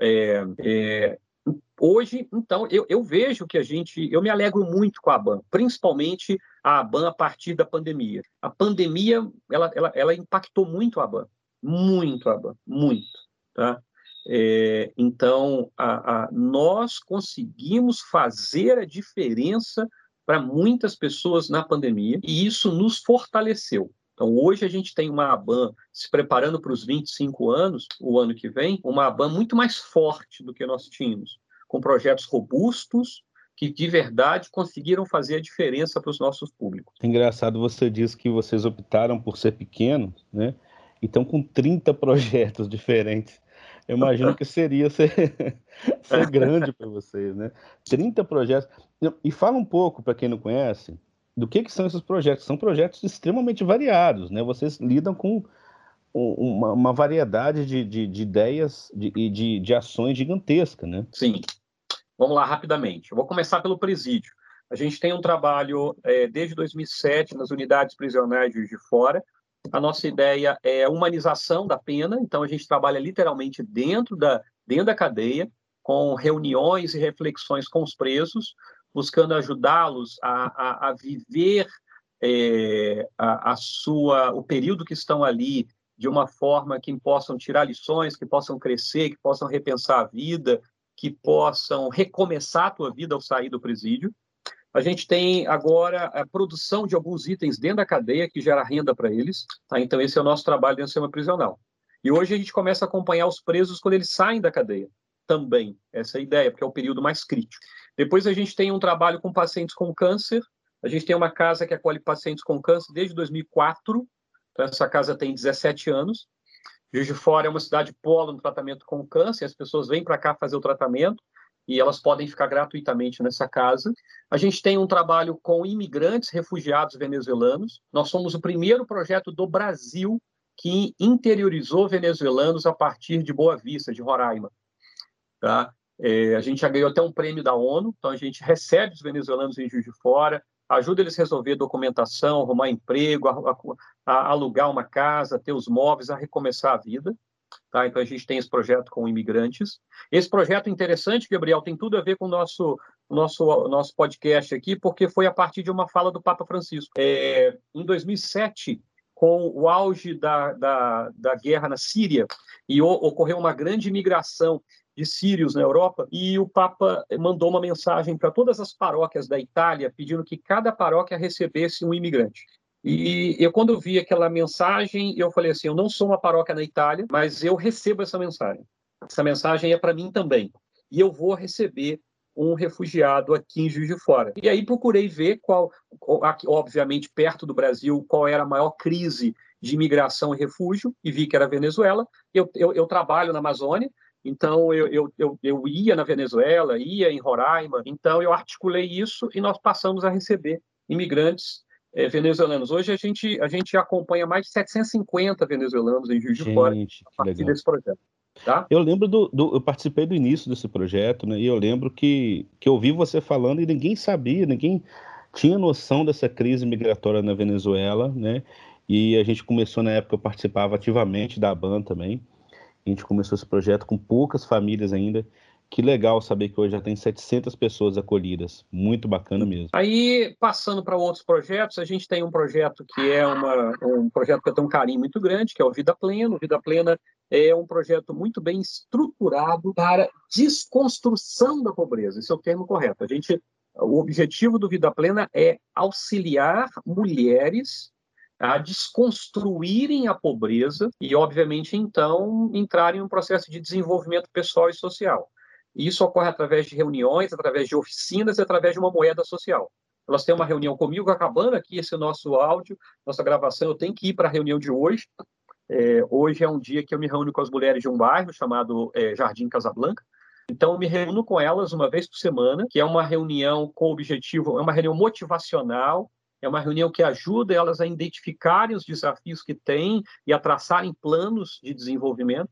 hoje, então, eu vejo que eu me alegro muito com a ABAN, principalmente a ABAN a partir da pandemia. A pandemia, ela impactou muito a ABAN, muito a ABAN, muito, tá? Então, nós conseguimos fazer a diferença para muitas pessoas na pandemia e isso nos fortaleceu. Então, hoje a gente tem uma ABAN se preparando para os 25 anos, o ano que vem, uma ABAN muito mais forte do que nós tínhamos, com projetos robustos que, de verdade, conseguiram fazer a diferença para os nossos públicos. Engraçado, você disse que vocês optaram por ser pequenos, né? Então, com 30 projetos diferentes, eu imagino que seria ser grande para vocês, né? 30 projetos. E fala um pouco, para quem não conhece, do que são esses projetos. São projetos extremamente variados, né? Vocês lidam com uma variedade de ideias e de ações gigantesca, né? Sim. Vamos lá, rapidamente. Eu vou começar pelo presídio. A gente tem um trabalho desde 2007 nas unidades prisionais de Juiz de Fora. A nossa ideia é a humanização da pena, então a gente trabalha literalmente dentro da cadeia, com reuniões e reflexões com os presos, buscando ajudá-los a viver o período que estão ali de uma forma que possam tirar lições, que possam crescer, que possam repensar a vida, que possam recomeçar a tua vida ao sair do presídio. A gente tem agora a produção de alguns itens dentro da cadeia que gera renda para eles. Tá? Então, esse é o nosso trabalho dentro do sistema prisional. E hoje a gente começa a acompanhar os presos quando eles saem da cadeia. Também, essa é a ideia, porque é o período mais crítico. Depois a gente tem um trabalho com pacientes com câncer. A gente tem uma casa que acolhe pacientes com câncer desde 2004. Então, essa casa tem 17 anos. Juiz de Fora é uma cidade polo no tratamento com câncer. As pessoas vêm para cá fazer o tratamento e elas podem ficar gratuitamente nessa casa. A gente tem um trabalho com imigrantes, refugiados venezuelanos. Nós somos o primeiro projeto do Brasil que interiorizou venezuelanos a partir de Boa Vista, de Roraima. Tá? A gente já ganhou até um prêmio da ONU, então a gente recebe os venezuelanos em Juiz de Fora, ajuda eles a resolver documentação, arrumar emprego, a alugar uma casa, ter os móveis, a recomeçar a vida. Tá? Então, a gente tem esse projeto com imigrantes. Esse projeto interessante, Gabriel, tem tudo a ver com o nosso podcast aqui, porque foi a partir de uma fala do Papa Francisco. Em 2007, com o auge da guerra na Síria, e ocorreu uma grande imigração de sírios na Europa, e o Papa mandou uma mensagem para todas as paróquias da Itália, pedindo que cada paróquia recebesse um imigrante. E eu, quando vi aquela mensagem, eu falei assim, eu não sou uma paróquia na Itália, mas eu recebo essa mensagem. Essa mensagem é para mim também. E eu vou receber um refugiado aqui em Juiz de Fora. E aí procurei ver obviamente, perto do Brasil, qual era a maior crise de imigração e refúgio, e vi que era a Venezuela. Eu trabalho na Amazônia, então eu ia na Venezuela, ia em Roraima, então eu articulei isso e nós passamos a receber imigrantes venezuelanos. Hoje a gente acompanha mais de 750 venezuelanos em Juiz de Fora a partir desse projeto. Tá? Eu lembro eu participei do início desse projeto, né? E eu lembro que eu ouvi você falando e ninguém sabia, ninguém tinha noção dessa crise migratória na Venezuela, né? E a gente começou, na época, eu participava ativamente da ABAN também. A gente começou esse projeto com poucas famílias ainda. Que legal saber que hoje já tem 700 pessoas acolhidas. Muito bacana mesmo. Aí, passando para outros projetos, a gente tem um projeto que é um projeto que eu tenho um carinho muito grande, que é o Vida Plena. O Vida Plena é um projeto muito bem estruturado para desconstrução da pobreza. Esse é o termo correto. O objetivo do Vida Plena é auxiliar mulheres a desconstruírem a pobreza e, obviamente, então, entrarem em um processo de desenvolvimento pessoal e social. E isso ocorre através de reuniões, através de oficinas e através de uma moeda social. Elas têm uma reunião comigo, acabando aqui esse nosso áudio, nossa gravação, eu tenho que ir para a reunião de hoje. Hoje é um dia que eu me reúno com as mulheres de um bairro chamado Jardim Casablanca. Então, eu me reúno com elas uma vez por semana, que é uma reunião com objetivo, é uma reunião motivacional, é uma reunião que ajuda elas a identificarem os desafios que têm e a traçarem planos de desenvolvimento.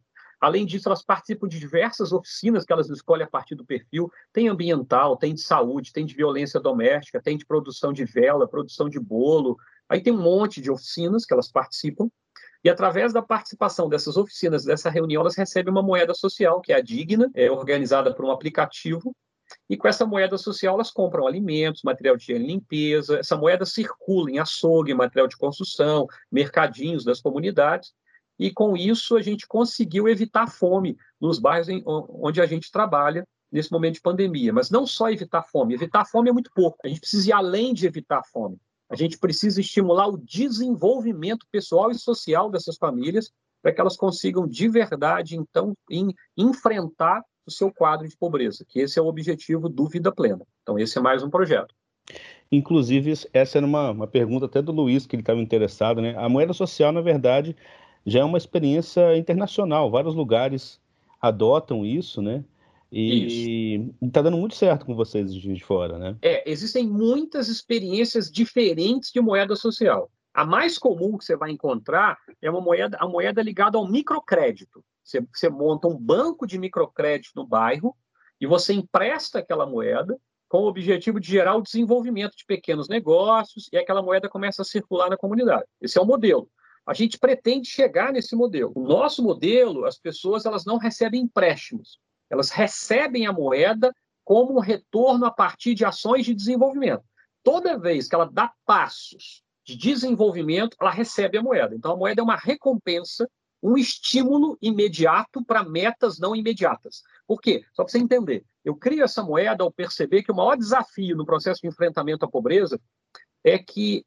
Além disso, elas participam de diversas oficinas que elas escolhem a partir do perfil. Tem ambiental, tem de saúde, tem de violência doméstica, tem de produção de vela, produção de bolo. Aí tem um monte de oficinas que elas participam. E através da participação dessas oficinas, dessa reunião, elas recebem uma moeda social, que é a Digna, organizada por um aplicativo. E com essa moeda social, elas compram alimentos, material de higiene e limpeza. Essa moeda circula em açougue, material de construção, mercadinhos das comunidades. E com isso, a gente conseguiu evitar fome nos bairros onde a gente trabalha nesse momento de pandemia. Mas não só evitar fome é muito pouco. A gente precisa ir além de evitar a fome. A gente precisa estimular o desenvolvimento pessoal e social dessas famílias para que elas consigam, de verdade, então, enfrentar o seu quadro de pobreza, que esse é o objetivo do Vida Plena. Então, esse é mais um projeto. Inclusive, essa era uma pergunta até do Luiz, que ele estava interessado, né? A moeda social, na verdade, já é uma experiência internacional. Vários lugares adotam isso, né? E está dando muito certo com vocês de fora, né? Existem muitas experiências diferentes de moeda social. A mais comum que você vai encontrar é a moeda ligada ao microcrédito. Você monta um banco de microcrédito no bairro e você empresta aquela moeda com o objetivo de gerar o desenvolvimento de pequenos negócios e aquela moeda começa a circular na comunidade. Esse é o modelo. A gente pretende chegar nesse modelo. O nosso modelo, as pessoas elas não recebem empréstimos. Elas recebem a moeda como um retorno a partir de ações de desenvolvimento. Toda vez que ela dá passos de desenvolvimento, ela recebe a moeda. Então, a moeda é uma recompensa, um estímulo imediato para metas não imediatas. Por quê? Só para você entender. Eu crio essa moeda ao perceber que o maior desafio no processo de enfrentamento à pobreza é que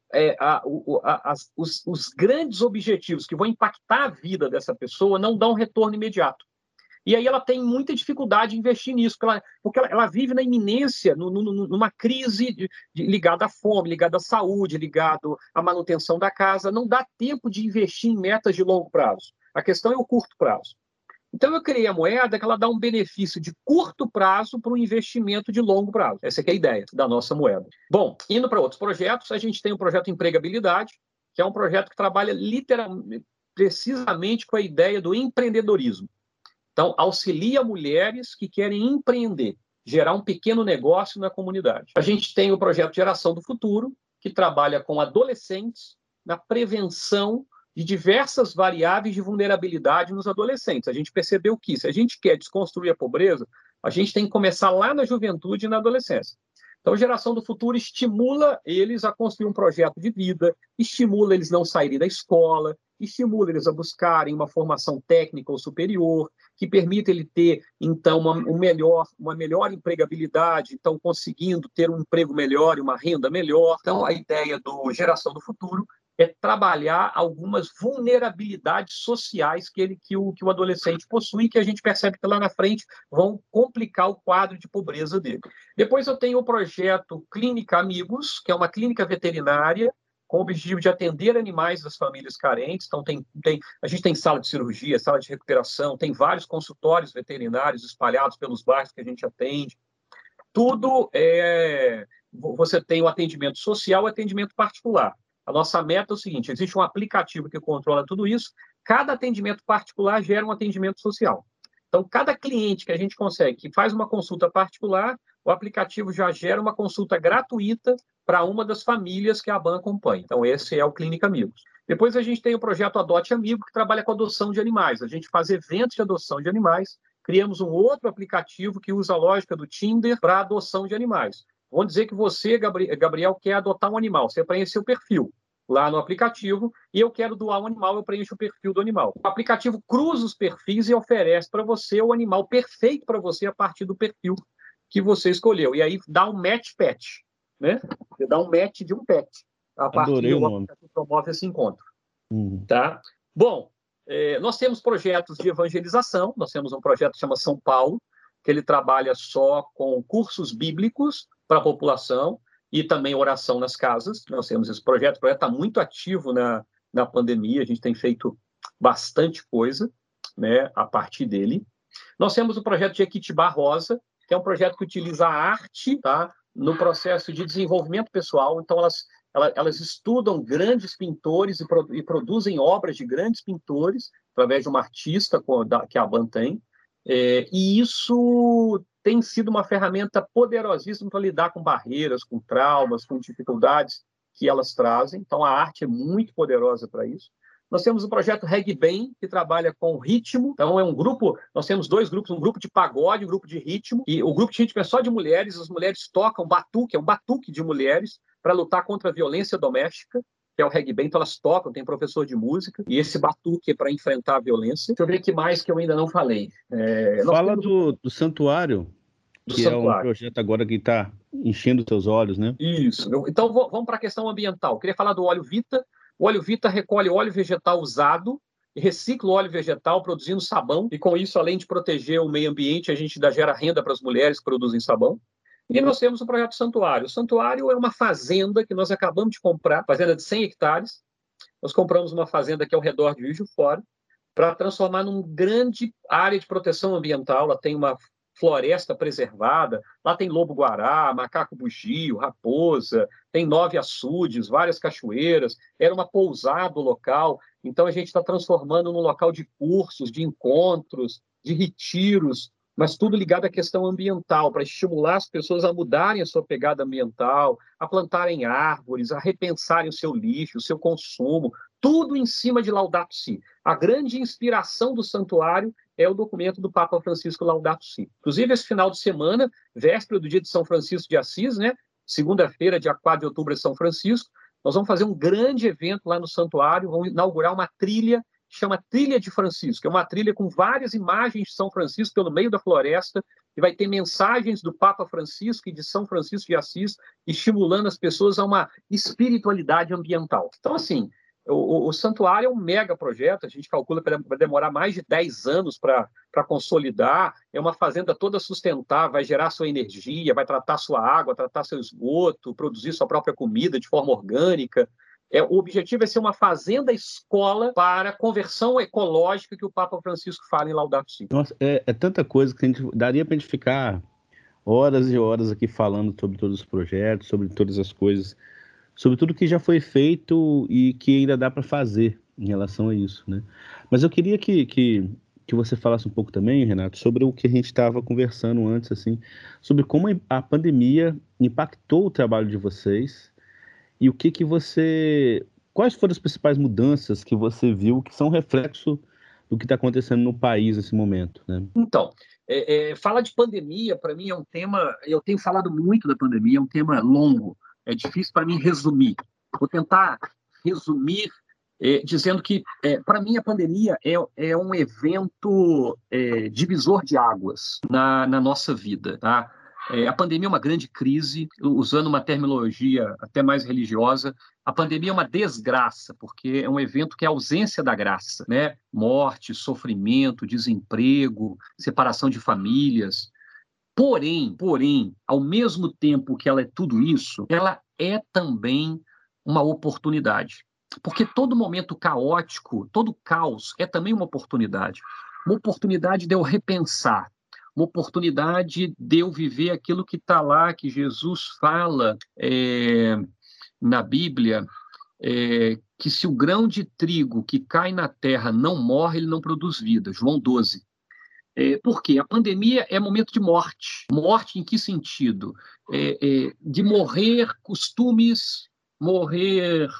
os grandes objetivos que vão impactar a vida dessa pessoa não dão retorno imediato. E aí ela tem muita dificuldade em investir nisso, porque ela vive na iminência, numa crise ligada à fome, ligada à saúde, ligada à manutenção da casa. Não dá tempo de investir em metas de longo prazo. A questão é o curto prazo. Então, eu criei a moeda que ela dá um benefício de curto prazo para um investimento de longo prazo. Essa é a ideia da nossa moeda. Bom, indo para outros projetos, a gente tem o projeto Empregabilidade, que é um projeto que trabalha literalmente, precisamente com a ideia do empreendedorismo. Então, auxilia mulheres que querem empreender, gerar um pequeno negócio na comunidade. A gente tem o projeto Geração do Futuro, que trabalha com adolescentes na prevenção de diversas variáveis de vulnerabilidade nos adolescentes. A gente percebeu que, se a gente quer desconstruir a pobreza, a gente tem que começar lá na juventude e na adolescência. Então, a Geração do Futuro estimula eles a construir um projeto de vida, estimula eles não saírem da escola, estimula eles a buscarem uma formação técnica ou superior, que permita ele ter, então, uma melhor empregabilidade, então, conseguindo ter um emprego melhor e uma renda melhor. Então, a ideia do Geração do Futuro é trabalhar algumas vulnerabilidades sociais que o adolescente possui e que a gente percebe que lá na frente vão complicar o quadro de pobreza dele. Depois eu tenho o projeto Clínica Amigos, que é uma clínica veterinária com o objetivo de atender animais das famílias carentes. Então, a gente tem sala de cirurgia, sala de recuperação, tem vários consultórios veterinários espalhados pelos bairros que a gente atende. Tudo você tem o atendimento social e o atendimento particular. A nossa meta é o seguinte: existe um aplicativo que controla tudo isso, cada atendimento particular gera um atendimento social. Então, cada cliente que a gente consegue, que faz uma consulta particular, o aplicativo já gera uma consulta gratuita para uma das famílias que a ABAN acompanha. Então, esse é o Clínica Amigos. Depois a gente tem o projeto Adote Amigo, que trabalha com adoção de animais. A gente faz eventos de adoção de animais, criamos um outro aplicativo que usa a lógica do Tinder para adoção de animais. Vamos dizer que você, Gabriel, quer adotar um animal, você preenche seu perfil lá no aplicativo, e eu quero doar um animal, eu preencho o perfil do animal. O aplicativo cruza os perfis e oferece para você o animal perfeito para você a partir do perfil que você escolheu. E aí dá um match pet, né? Você dá um match de um pet a partir do aplicativo que promove esse encontro. Tá? Bom, nós temos projetos de evangelização, nós temos um projeto que chama São Paulo, que ele trabalha só com cursos bíblicos para a população, e também oração nas casas. Nós temos esse projeto. O projeto está muito ativo na pandemia, a gente tem feito bastante coisa, né, a partir dele. Nós temos o projeto de Jequitibá Rosa, que é um projeto que utiliza a arte, tá, no processo de desenvolvimento pessoal. Então, elas estudam grandes pintores e produzem obras de grandes pintores. através de uma artista que a ABAN tem, e isso tem sido uma ferramenta poderosíssima para lidar com barreiras, com traumas, com dificuldades que elas trazem. Então, a arte é muito poderosa para isso. Nós temos o projeto Reggae Bem, que trabalha com ritmo. Então, é um grupo, nós temos 2 grupos, um grupo de pagode e um grupo de ritmo. E o grupo de ritmo é só de mulheres, as mulheres tocam batuque, é um batuque de mulheres para lutar contra a violência doméstica, que é o Reggae Bem. Então, elas tocam, tem professor de música, e esse batuque é para enfrentar a violência. Deixa eu ver o que mais que eu ainda não falei. Fala do Santuário, que é um projeto agora que está enchendo os seus olhos, né? Isso. Então, vamos para a questão ambiental. Eu queria falar do óleo Vita. O óleo Vita recolhe óleo vegetal usado e recicla o óleo vegetal produzindo sabão. E com isso, além de proteger o meio ambiente, a gente ainda gera renda para as mulheres que produzem sabão. E nós temos o projeto Santuário. O Santuário é uma fazenda que nós acabamos de comprar, fazenda de 100 hectares. Nós compramos uma fazenda aqui ao redor de Juiz de Fora para transformar numa grande área de proteção ambiental. Ela tem uma floresta preservada, lá tem lobo-guará, macaco-bugio, raposa, tem 9 açudes, várias cachoeiras, era uma pousada local. Então a gente está transformando num local de cursos, de encontros, de retiros, mas tudo ligado à questão ambiental, para estimular as pessoas a mudarem a sua pegada ambiental, a plantarem árvores, a repensarem o seu lixo, o seu consumo, tudo em cima de Laudato Si. A grande inspiração do santuário é o documento do Papa Francisco Laudato Si. Inclusive, esse final de semana, véspera do dia de São Francisco de Assis, né? Segunda-feira, dia 4 de outubro, é São Francisco, nós vamos fazer um grande evento lá no santuário, vamos inaugurar uma trilha que chama Trilha de Francisco, é uma trilha com várias imagens de São Francisco pelo meio da floresta, e vai ter mensagens do Papa Francisco e de São Francisco de Assis, estimulando as pessoas a uma espiritualidade ambiental. Então, assim, o santuário é um mega projeto, a gente calcula que vai demorar mais de 10 anos para consolidar, é uma fazenda toda sustentável, vai gerar sua energia, vai tratar sua água, tratar seu esgoto, produzir sua própria comida de forma orgânica. O objetivo é ser uma fazenda-escola para a conversão ecológica que o Papa Francisco fala em Laudato Si. Nossa, é tanta coisa que daria para a gente ficar horas e horas aqui falando sobre todos os projetos, sobre todas as coisas, sobre tudo que já foi feito e que ainda dá para fazer em relação a isso, né? Mas eu queria que você falasse um pouco também, Renato, sobre o que a gente estava conversando antes, assim, sobre como a pandemia impactou o trabalho de vocês. E quais foram as principais mudanças que você viu que são reflexo do que está acontecendo no país nesse momento, né? Então, falar de pandemia, para mim, é um tema... Eu tenho falado muito da pandemia, é um tema longo. É difícil para mim resumir. Vou tentar resumir dizendo que, para mim, a pandemia é um evento divisor de águas na nossa vida, tá? A pandemia é uma grande crise, usando uma terminologia até mais religiosa. A pandemia é uma desgraça, porque é um evento que é a ausência da graça, né? Morte, sofrimento, desemprego, separação de famílias. Porém, ao mesmo tempo que ela é tudo isso, ela é também uma oportunidade. Porque todo momento caótico, todo caos é também uma oportunidade. Uma oportunidade de eu repensar, uma oportunidade de eu viver aquilo que está lá, que Jesus fala na Bíblia, que se o grão de trigo que cai na terra não morre, ele não produz vida. João 12. Por quê? A pandemia é momento de morte. Morte em que sentido? De morrer costumes, morrer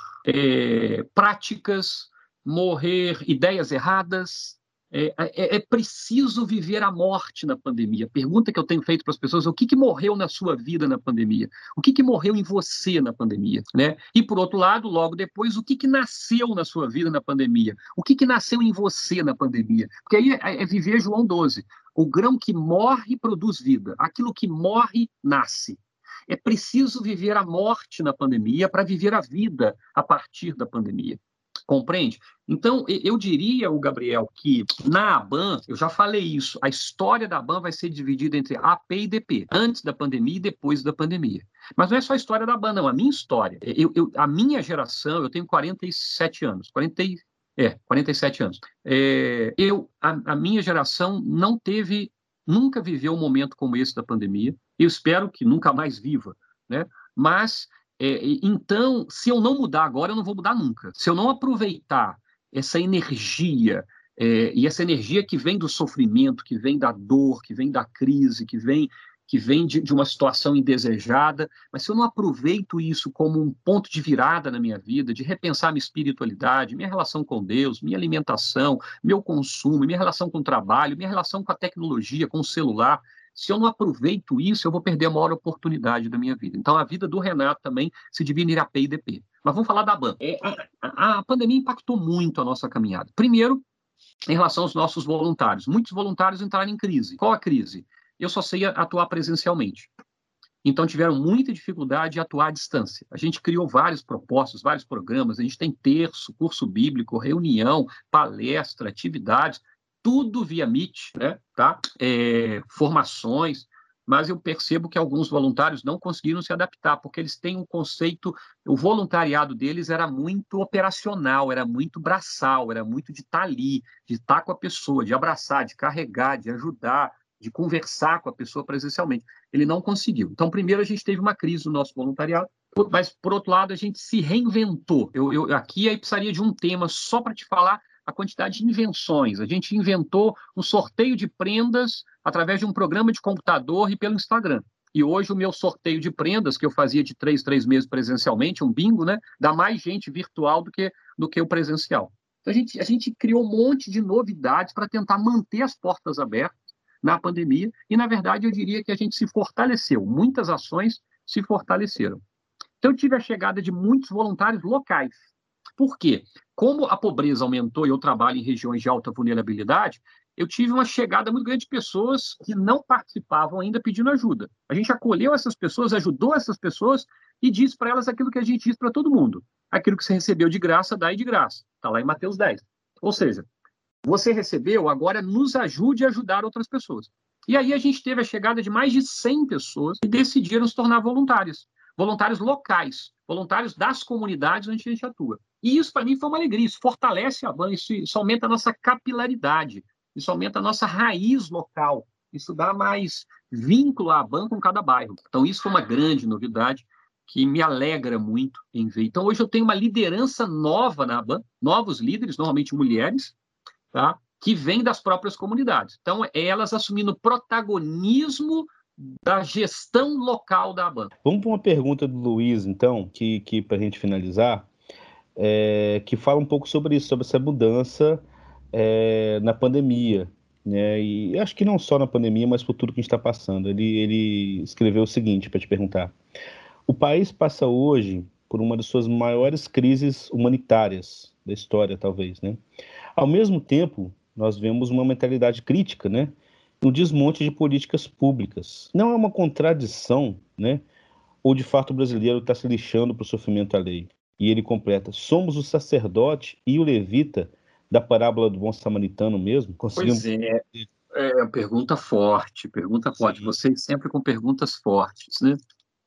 práticas, morrer ideias erradas. É preciso viver a morte na pandemia. A pergunta que eu tenho feito para as pessoas é: o que morreu na sua vida na pandemia? O que morreu em você na pandemia? Né? E, por outro lado, logo depois, o que nasceu na sua vida na pandemia? O que nasceu em você na pandemia? Porque aí é viver João 12. O grão que morre produz vida. Aquilo que morre, nasce. É preciso viver a morte na pandemia para viver a vida a partir da pandemia. Compreende? Então, eu diria, Gabriel, que na ABAN, eu já falei isso, a história da ABAN vai ser dividida entre AP e DP, antes da pandemia e depois da pandemia. Mas não é só a história da ABAN, não, a minha história. A minha geração, eu tenho 47 anos, 47 anos. A minha geração nunca viveu um momento como esse da pandemia. Eu espero que nunca mais viva, né? Mas... então, se eu não mudar agora, eu não vou mudar nunca. Se eu não aproveitar essa energia, E essa energia que vem do sofrimento, que vem da dor, que vem da crise, que vem de uma situação indesejada, mas se eu não aproveito isso como um ponto de virada na minha vida, de repensar minha espiritualidade, minha relação com Deus, minha alimentação, meu consumo, minha relação com o trabalho, minha relação com a tecnologia, com o celular, se eu não aproveito isso, eu vou perder a maior oportunidade da minha vida. Então, a vida do Renato também se divide em AP e DP. Mas vamos falar da BAN. A pandemia impactou muito a nossa caminhada. Primeiro, em relação aos nossos voluntários. Muitos voluntários entraram em crise. Qual a crise? Eu só sei atuar presencialmente. Então, tiveram muita dificuldade de atuar à distância. A gente criou vários propostas, vários programas. A gente tem terço, curso bíblico, reunião, palestra, atividades, tudo via Meet, né? Tá? Formações. Mas eu percebo que alguns voluntários não conseguiram se adaptar, porque eles têm um conceito, o voluntariado deles era muito operacional, era muito braçal, era muito de estar ali, de estar com a pessoa, de abraçar, de carregar, de ajudar, de conversar com a pessoa presencialmente. Ele não conseguiu. Então, primeiro, a gente teve uma crise no nosso voluntariado, mas, por outro lado, a gente se reinventou. Aqui precisaria de um tema só para te falar a quantidade de invenções. A gente inventou um sorteio de prendas através de um programa de computador e pelo Instagram. E hoje o meu sorteio de prendas, que eu fazia de 3 meses presencialmente, um bingo, né, dá mais gente virtual do que o presencial. Então, a gente criou um monte de novidades para tentar manter as portas abertas na pandemia, e, na verdade, eu diria que a gente se fortaleceu. Muitas ações se fortaleceram. Então, eu tive a chegada de muitos voluntários locais. Por quê? Como a pobreza aumentou e eu trabalho em regiões de alta vulnerabilidade, eu tive uma chegada muito grande de pessoas que não participavam ainda pedindo ajuda. A gente acolheu essas pessoas, ajudou essas pessoas e disse para elas aquilo que a gente diz para todo mundo. Aquilo que você recebeu de graça, dá de graça. Está lá em Mateus 10. Ou seja, você recebeu, agora nos ajude a ajudar outras pessoas. E aí a gente teve a chegada de mais de 100 pessoas que decidiram se tornar voluntários locais, voluntários das comunidades onde a gente atua. E isso, para mim, foi uma alegria. Isso fortalece a BAN, isso aumenta a nossa capilaridade, isso aumenta a nossa raiz local, isso dá mais vínculo à BAN com cada bairro. Então, isso foi uma grande novidade que me alegra muito em ver. Então, hoje eu tenho uma liderança nova na BAN, novos líderes, normalmente mulheres, tá? Que vêm das próprias comunidades. Então, elas assumindo protagonismo da gestão local da BAN. Vamos para uma pergunta do Luiz, então, que para a gente finalizar, que fala um pouco sobre isso, sobre essa mudança na pandemia, né? E acho que não só na pandemia, mas por tudo que a gente está passando. Ele escreveu o seguinte para te perguntar: o país passa hoje por uma das suas maiores crises humanitárias da história, talvez, né? Ao mesmo tempo, nós vemos uma mentalidade crítica, né? Um desmonte de políticas públicas. Não é uma contradição, né? Ou de fato o brasileiro está se lixando para o sofrimento alheio? E ele completa: somos o sacerdote e o levita da parábola do bom samaritano mesmo? Conseguimos... Pois pergunta forte. Sim. Vocês sempre com perguntas fortes, né?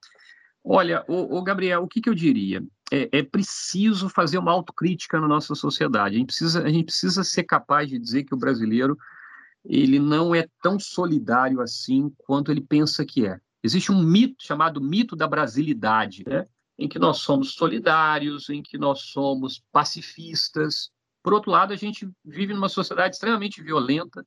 Olha, o Gabriel, o que eu diria? É preciso fazer uma autocrítica na nossa sociedade. A gente precisa ser capaz de dizer que o brasileiro ele não é tão solidário assim quanto ele pensa que é. Existe um mito chamado mito da brasilidade, né? Em que nós somos solidários, em que nós somos pacifistas. Por outro lado, a gente vive numa sociedade extremamente violenta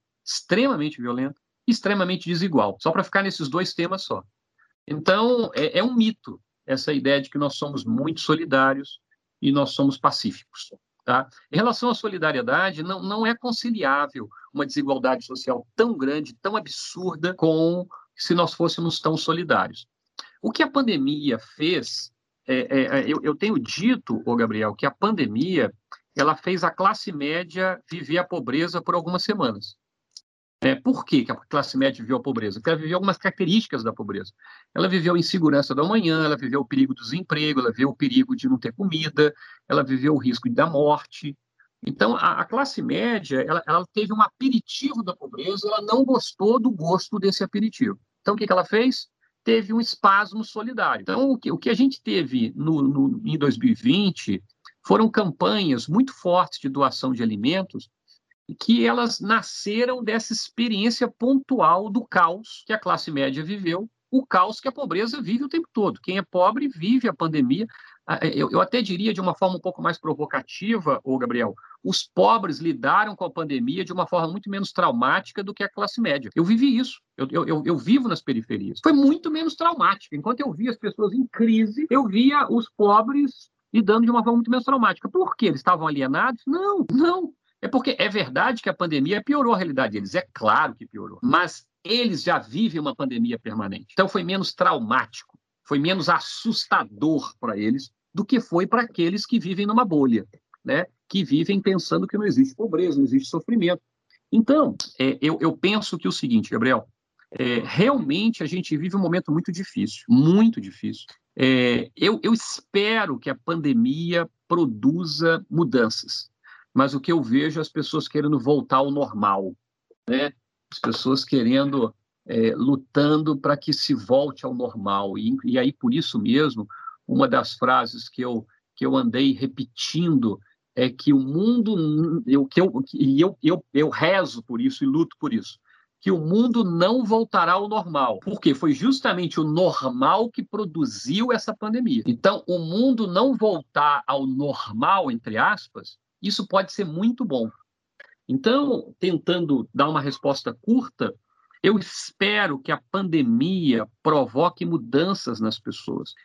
e extremamente desigual. Só para ficar nesses dois temas só. Então, é um mito essa ideia de que nós somos muito solidários e nós somos pacíficos. Tá? Em relação à solidariedade, não é conciliável uma desigualdade social tão grande, tão absurda, com se nós fôssemos tão solidários. O que a pandemia fez, eu tenho dito, Gabriel, que a pandemia ela fez a classe média viver a pobreza por algumas semanas. Por que a classe média viveu a pobreza? Porque ela viveu algumas características da pobreza. Ela viveu a insegurança do amanhã, ela viveu o perigo do desemprego, ela viveu o perigo de não ter comida, ela viveu o risco da morte. Então, a classe média, ela teve um aperitivo da pobreza, ela não gostou do gosto desse aperitivo. Então, o que ela fez? Teve um espasmo solidário. Então, o que a gente teve em 2020 foram campanhas muito fortes de doação de alimentos, que elas nasceram dessa experiência pontual do caos que a classe média viveu, o caos que a pobreza vive o tempo todo. Quem é pobre vive a pandemia. Eu até diria de uma forma um pouco mais provocativa, Gabriel, os pobres lidaram com a pandemia de uma forma muito menos traumática do que a classe média. Eu vivi isso. Eu vivo nas periferias. Foi muito menos traumática. Enquanto eu via as pessoas em crise, eu via os pobres lidando de uma forma muito menos traumática. Por quê? Eles estavam alienados? Não, não. É porque é verdade que a pandemia piorou a realidade deles. É claro que piorou. Mas eles já vivem uma pandemia permanente. Então foi menos traumático, foi menos assustador para eles do que foi para aqueles que vivem numa bolha, né? Que vivem pensando que não existe pobreza, não existe sofrimento. Então, eu penso que o seguinte, Gabriel, realmente a gente vive um momento muito difícil, muito difícil. Eu espero que a pandemia produza mudanças, mas o que eu vejo é as pessoas querendo voltar ao normal, né? As pessoas querendo, lutando para que se volte ao normal. E aí, por isso mesmo, uma das frases que eu andei repetindo é que o mundo, eu rezo por isso e luto por isso, que o mundo não voltará ao normal, porque foi justamente o normal que produziu essa pandemia. Então, o mundo não voltar ao normal, entre aspas, isso pode ser muito bom. Então, tentando dar uma resposta curta, eu espero que a pandemia provoque mudanças nas pessoas,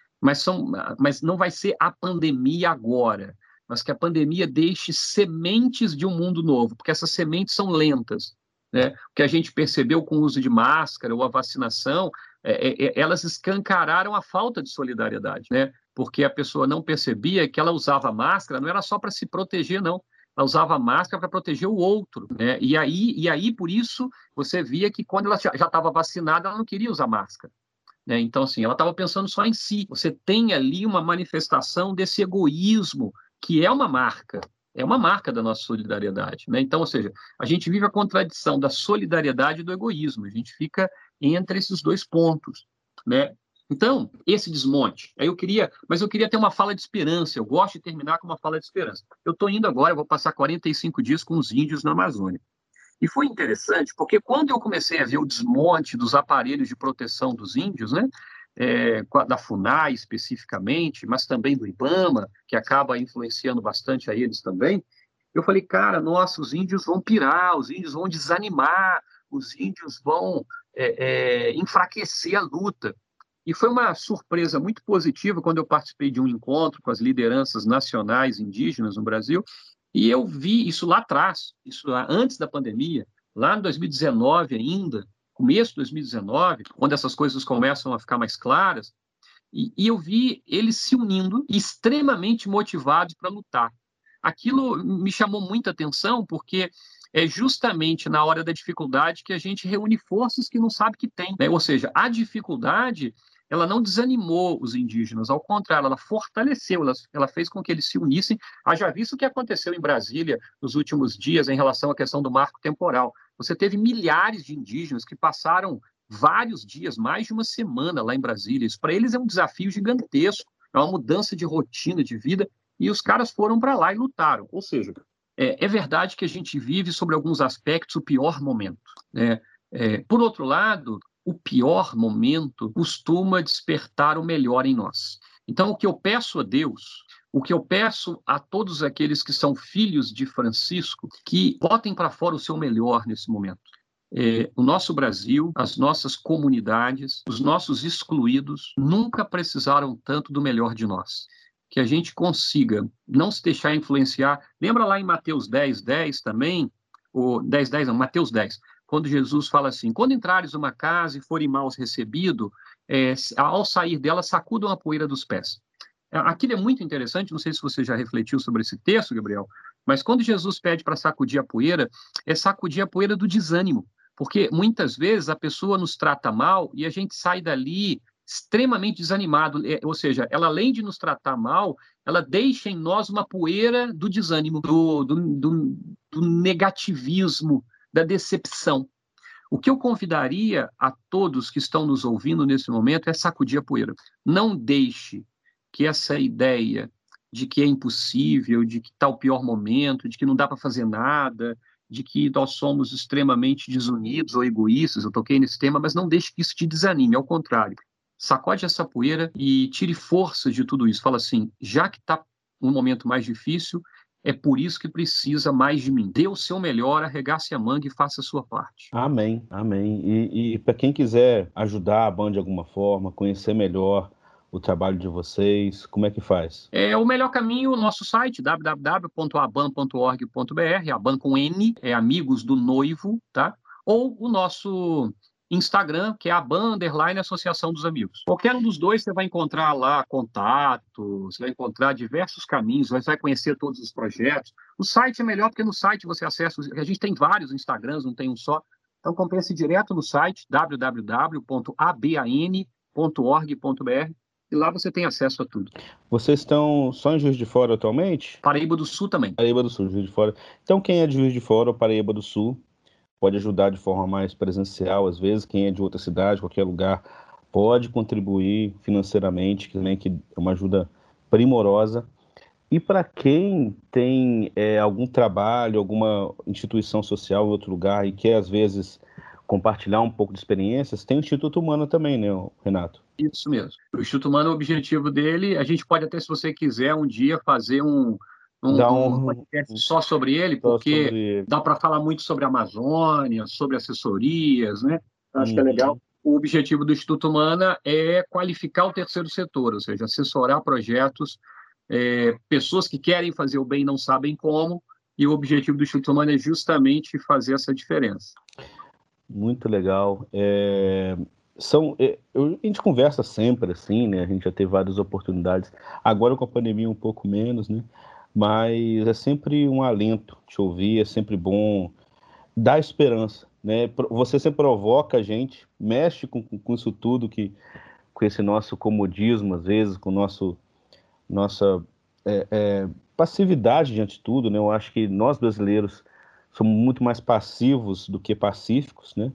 mas não vai ser a pandemia agora, mas que a pandemia deixe sementes de um mundo novo, porque essas sementes são lentas, né? O que a gente percebeu com o uso de máscara ou a vacinação, elas escancararam a falta de solidariedade, né? Porque a pessoa não percebia que ela usava máscara, não era só para se proteger, não. Ela usava máscara para proteger o outro, né? E aí, por isso, você via que quando ela já estava vacinada, ela não queria usar máscara, né? Então, assim, ela estava pensando só em si. Você tem ali uma manifestação desse egoísmo, que é uma marca da nossa solidariedade, né? Então, ou seja, a gente vive a contradição da solidariedade e do egoísmo, a gente fica entre esses dois pontos, né? Então, esse desmonte, eu queria ter uma fala de esperança, eu gosto de terminar com uma fala de esperança. Eu estou indo agora, eu vou passar 45 dias com os índios na Amazônia. E foi interessante, porque quando eu comecei a ver o desmonte dos aparelhos de proteção dos índios, né, da FUNAI especificamente, mas também do IBAMA, que acaba influenciando bastante a eles também, eu falei, cara, nossa, os índios vão pirar, os índios vão desanimar, os índios vão enfraquecer a luta. E foi uma surpresa muito positiva quando eu participei de um encontro com as lideranças nacionais indígenas no Brasil, e eu vi isso lá atrás, isso lá antes da pandemia, lá em 2019 ainda, começo de 2019, quando essas coisas começam a ficar mais claras, e eu vi eles se unindo, extremamente motivados para lutar. Aquilo me chamou muita atenção, porque é justamente na hora da dificuldade que a gente reúne forças que não sabe que tem, né? Ou seja, a dificuldade, ela não desanimou os indígenas, ao contrário, ela fortaleceu, ela fez com que eles se unissem. Haja visto o que aconteceu em Brasília nos últimos dias em relação à questão do marco temporal. Você teve milhares de indígenas que passaram vários dias, mais de uma semana lá em Brasília. Isso para eles é um desafio gigantesco, é uma mudança de rotina de vida, e os caras foram para lá e lutaram. Ou seja, é verdade que a gente vive, sobre alguns aspectos, o pior momento, né? Por outro lado, o pior momento costuma despertar o melhor em nós. Então, o que eu peço a Deus, o que eu peço a todos aqueles que são filhos de Francisco, que botem para fora o seu melhor nesse momento. O nosso Brasil, as nossas comunidades, os nossos excluídos nunca precisaram tanto do melhor de nós. Que a gente consiga não se deixar influenciar. Lembra lá em Mateus 10:10 também, ou 10:10 não, Mateus 10, quando Jesus fala assim, quando entrares numa casa e forem mal recebido, ao sair dela, sacudam a poeira dos pés. Aquilo é muito interessante, não sei se você já refletiu sobre esse texto, Gabriel, mas quando Jesus pede para sacudir a poeira, é sacudir a poeira do desânimo, porque muitas vezes a pessoa nos trata mal e a gente sai dali extremamente desanimado, ou seja, ela além de nos tratar mal, ela deixa em nós uma poeira do desânimo, do negativismo, da decepção. O que eu convidaria a todos que estão nos ouvindo nesse momento é sacudir a poeira. Não deixe que essa ideia de que é impossível, de que está o pior momento, de que não dá para fazer nada, de que nós somos extremamente desunidos ou egoístas, eu toquei nesse tema, mas não deixe que isso te desanime, ao contrário. Sacode essa poeira e tire força de tudo isso. Fala assim, já que está um momento mais difícil, É por isso que precisa mais de mim. Dê o seu melhor, arregace a manga e faça a sua parte. Amém, amém. E para quem quiser ajudar a Aban de alguma forma, conhecer melhor o trabalho de vocês, como é que faz? O melhor caminho, o nosso site, www.aban.org.br, Aban com N, Amigos do Noivo, tá? Ou o nosso Instagram, que é Aban_Associação dos Amigos. Qualquer um dos dois você vai encontrar lá contato, você vai encontrar diversos caminhos, você vai conhecer todos os projetos. O site é melhor porque no site você acessa, a gente tem vários Instagrams, não tem um só, então compensa direto no site www.aban.org.br e lá você tem acesso a tudo. Vocês estão só em Juiz de Fora atualmente? Paraíba do Sul também. Paraíba do Sul, Juiz de Fora. Então quem é de Juiz de Fora ou Paraíba do Sul pode ajudar de forma mais presencial, às vezes quem é de outra cidade, qualquer lugar, pode contribuir financeiramente, que é uma ajuda primorosa. E para quem tem algum trabalho, alguma instituição social em outro lugar e quer, às vezes, compartilhar um pouco de experiências, tem o Instituto Humana também, né, Renato? Isso mesmo. O Instituto Humana, o objetivo dele, a gente pode até, se você quiser, um dia fazer um podcast só sobre ele, porque dá para falar muito sobre a Amazônia, sobre assessorias, né? Acho que é legal. O objetivo do Instituto Humana é qualificar o terceiro setor, ou seja, assessorar projetos, pessoas que querem fazer o bem e não sabem como, e o objetivo do Instituto Humana é justamente fazer essa diferença. Muito legal. A gente conversa sempre assim, né? A gente já teve várias oportunidades. Agora com a pandemia um pouco menos, né? Mas é sempre um alento te ouvir, é sempre bom dar esperança, né? Você sempre provoca a gente, mexe com isso tudo, com esse nosso comodismo, às vezes, com nossa passividade diante de tudo, né? Eu acho que nós brasileiros somos muito mais passivos do que pacíficos, né?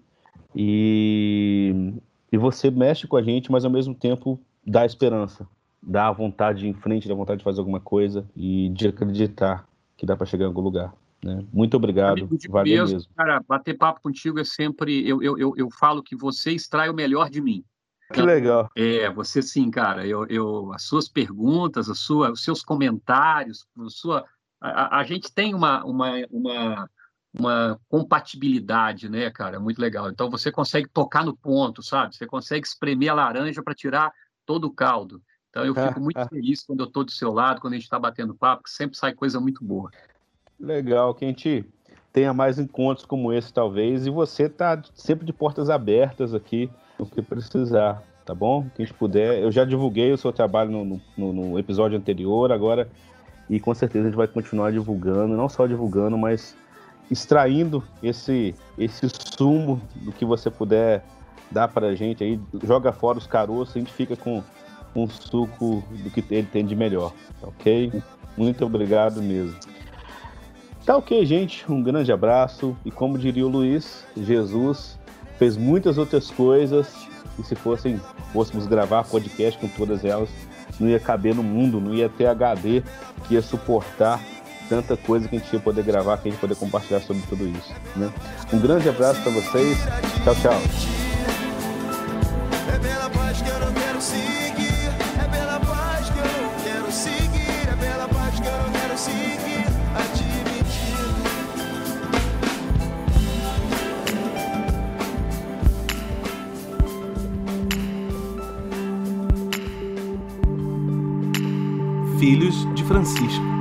E você mexe com a gente, mas ao mesmo tempo dá esperança, dá a vontade de ir em frente, dá a vontade de fazer alguma coisa e de acreditar que dá para chegar em algum lugar, né? Muito obrigado, valeu mesmo. Cara, bater papo contigo é sempre, eu falo que você extrai o melhor de mim. Que legal. Você sim, cara, as suas perguntas, os seus comentários, a gente tem uma compatibilidade, né, cara, muito legal. Então você consegue tocar no ponto, sabe? Você consegue espremer a laranja para tirar todo o caldo. Então eu fico muito feliz quando eu estou do seu lado, quando a gente está batendo papo, que sempre sai coisa muito boa. Legal, que a gente tenha mais encontros como esse, talvez, e você tá sempre de portas abertas aqui, no que precisar, tá bom? Quem puder, eu já divulguei o seu trabalho no episódio anterior, agora, e com certeza a gente vai continuar divulgando, não só divulgando, mas extraindo esse sumo do que você puder dar pra gente aí, joga fora os caroços, a gente fica com um suco do que ele tem de melhor, tá ok? Muito obrigado mesmo. Tá ok, gente, um grande abraço, e como diria o Luiz, Jesus fez muitas outras coisas, e se fôssemos gravar podcast com todas elas, não ia caber no mundo, não ia ter HD que ia suportar tanta coisa que a gente ia poder gravar, que a gente ia poder compartilhar sobre tudo isso, né? Um grande abraço para vocês, tchau, tchau. É pela paz que eu não quero seguir, é pela paz que eu não quero seguir, é pela paz que eu não quero seguir, admitir. Filhos de Francisco.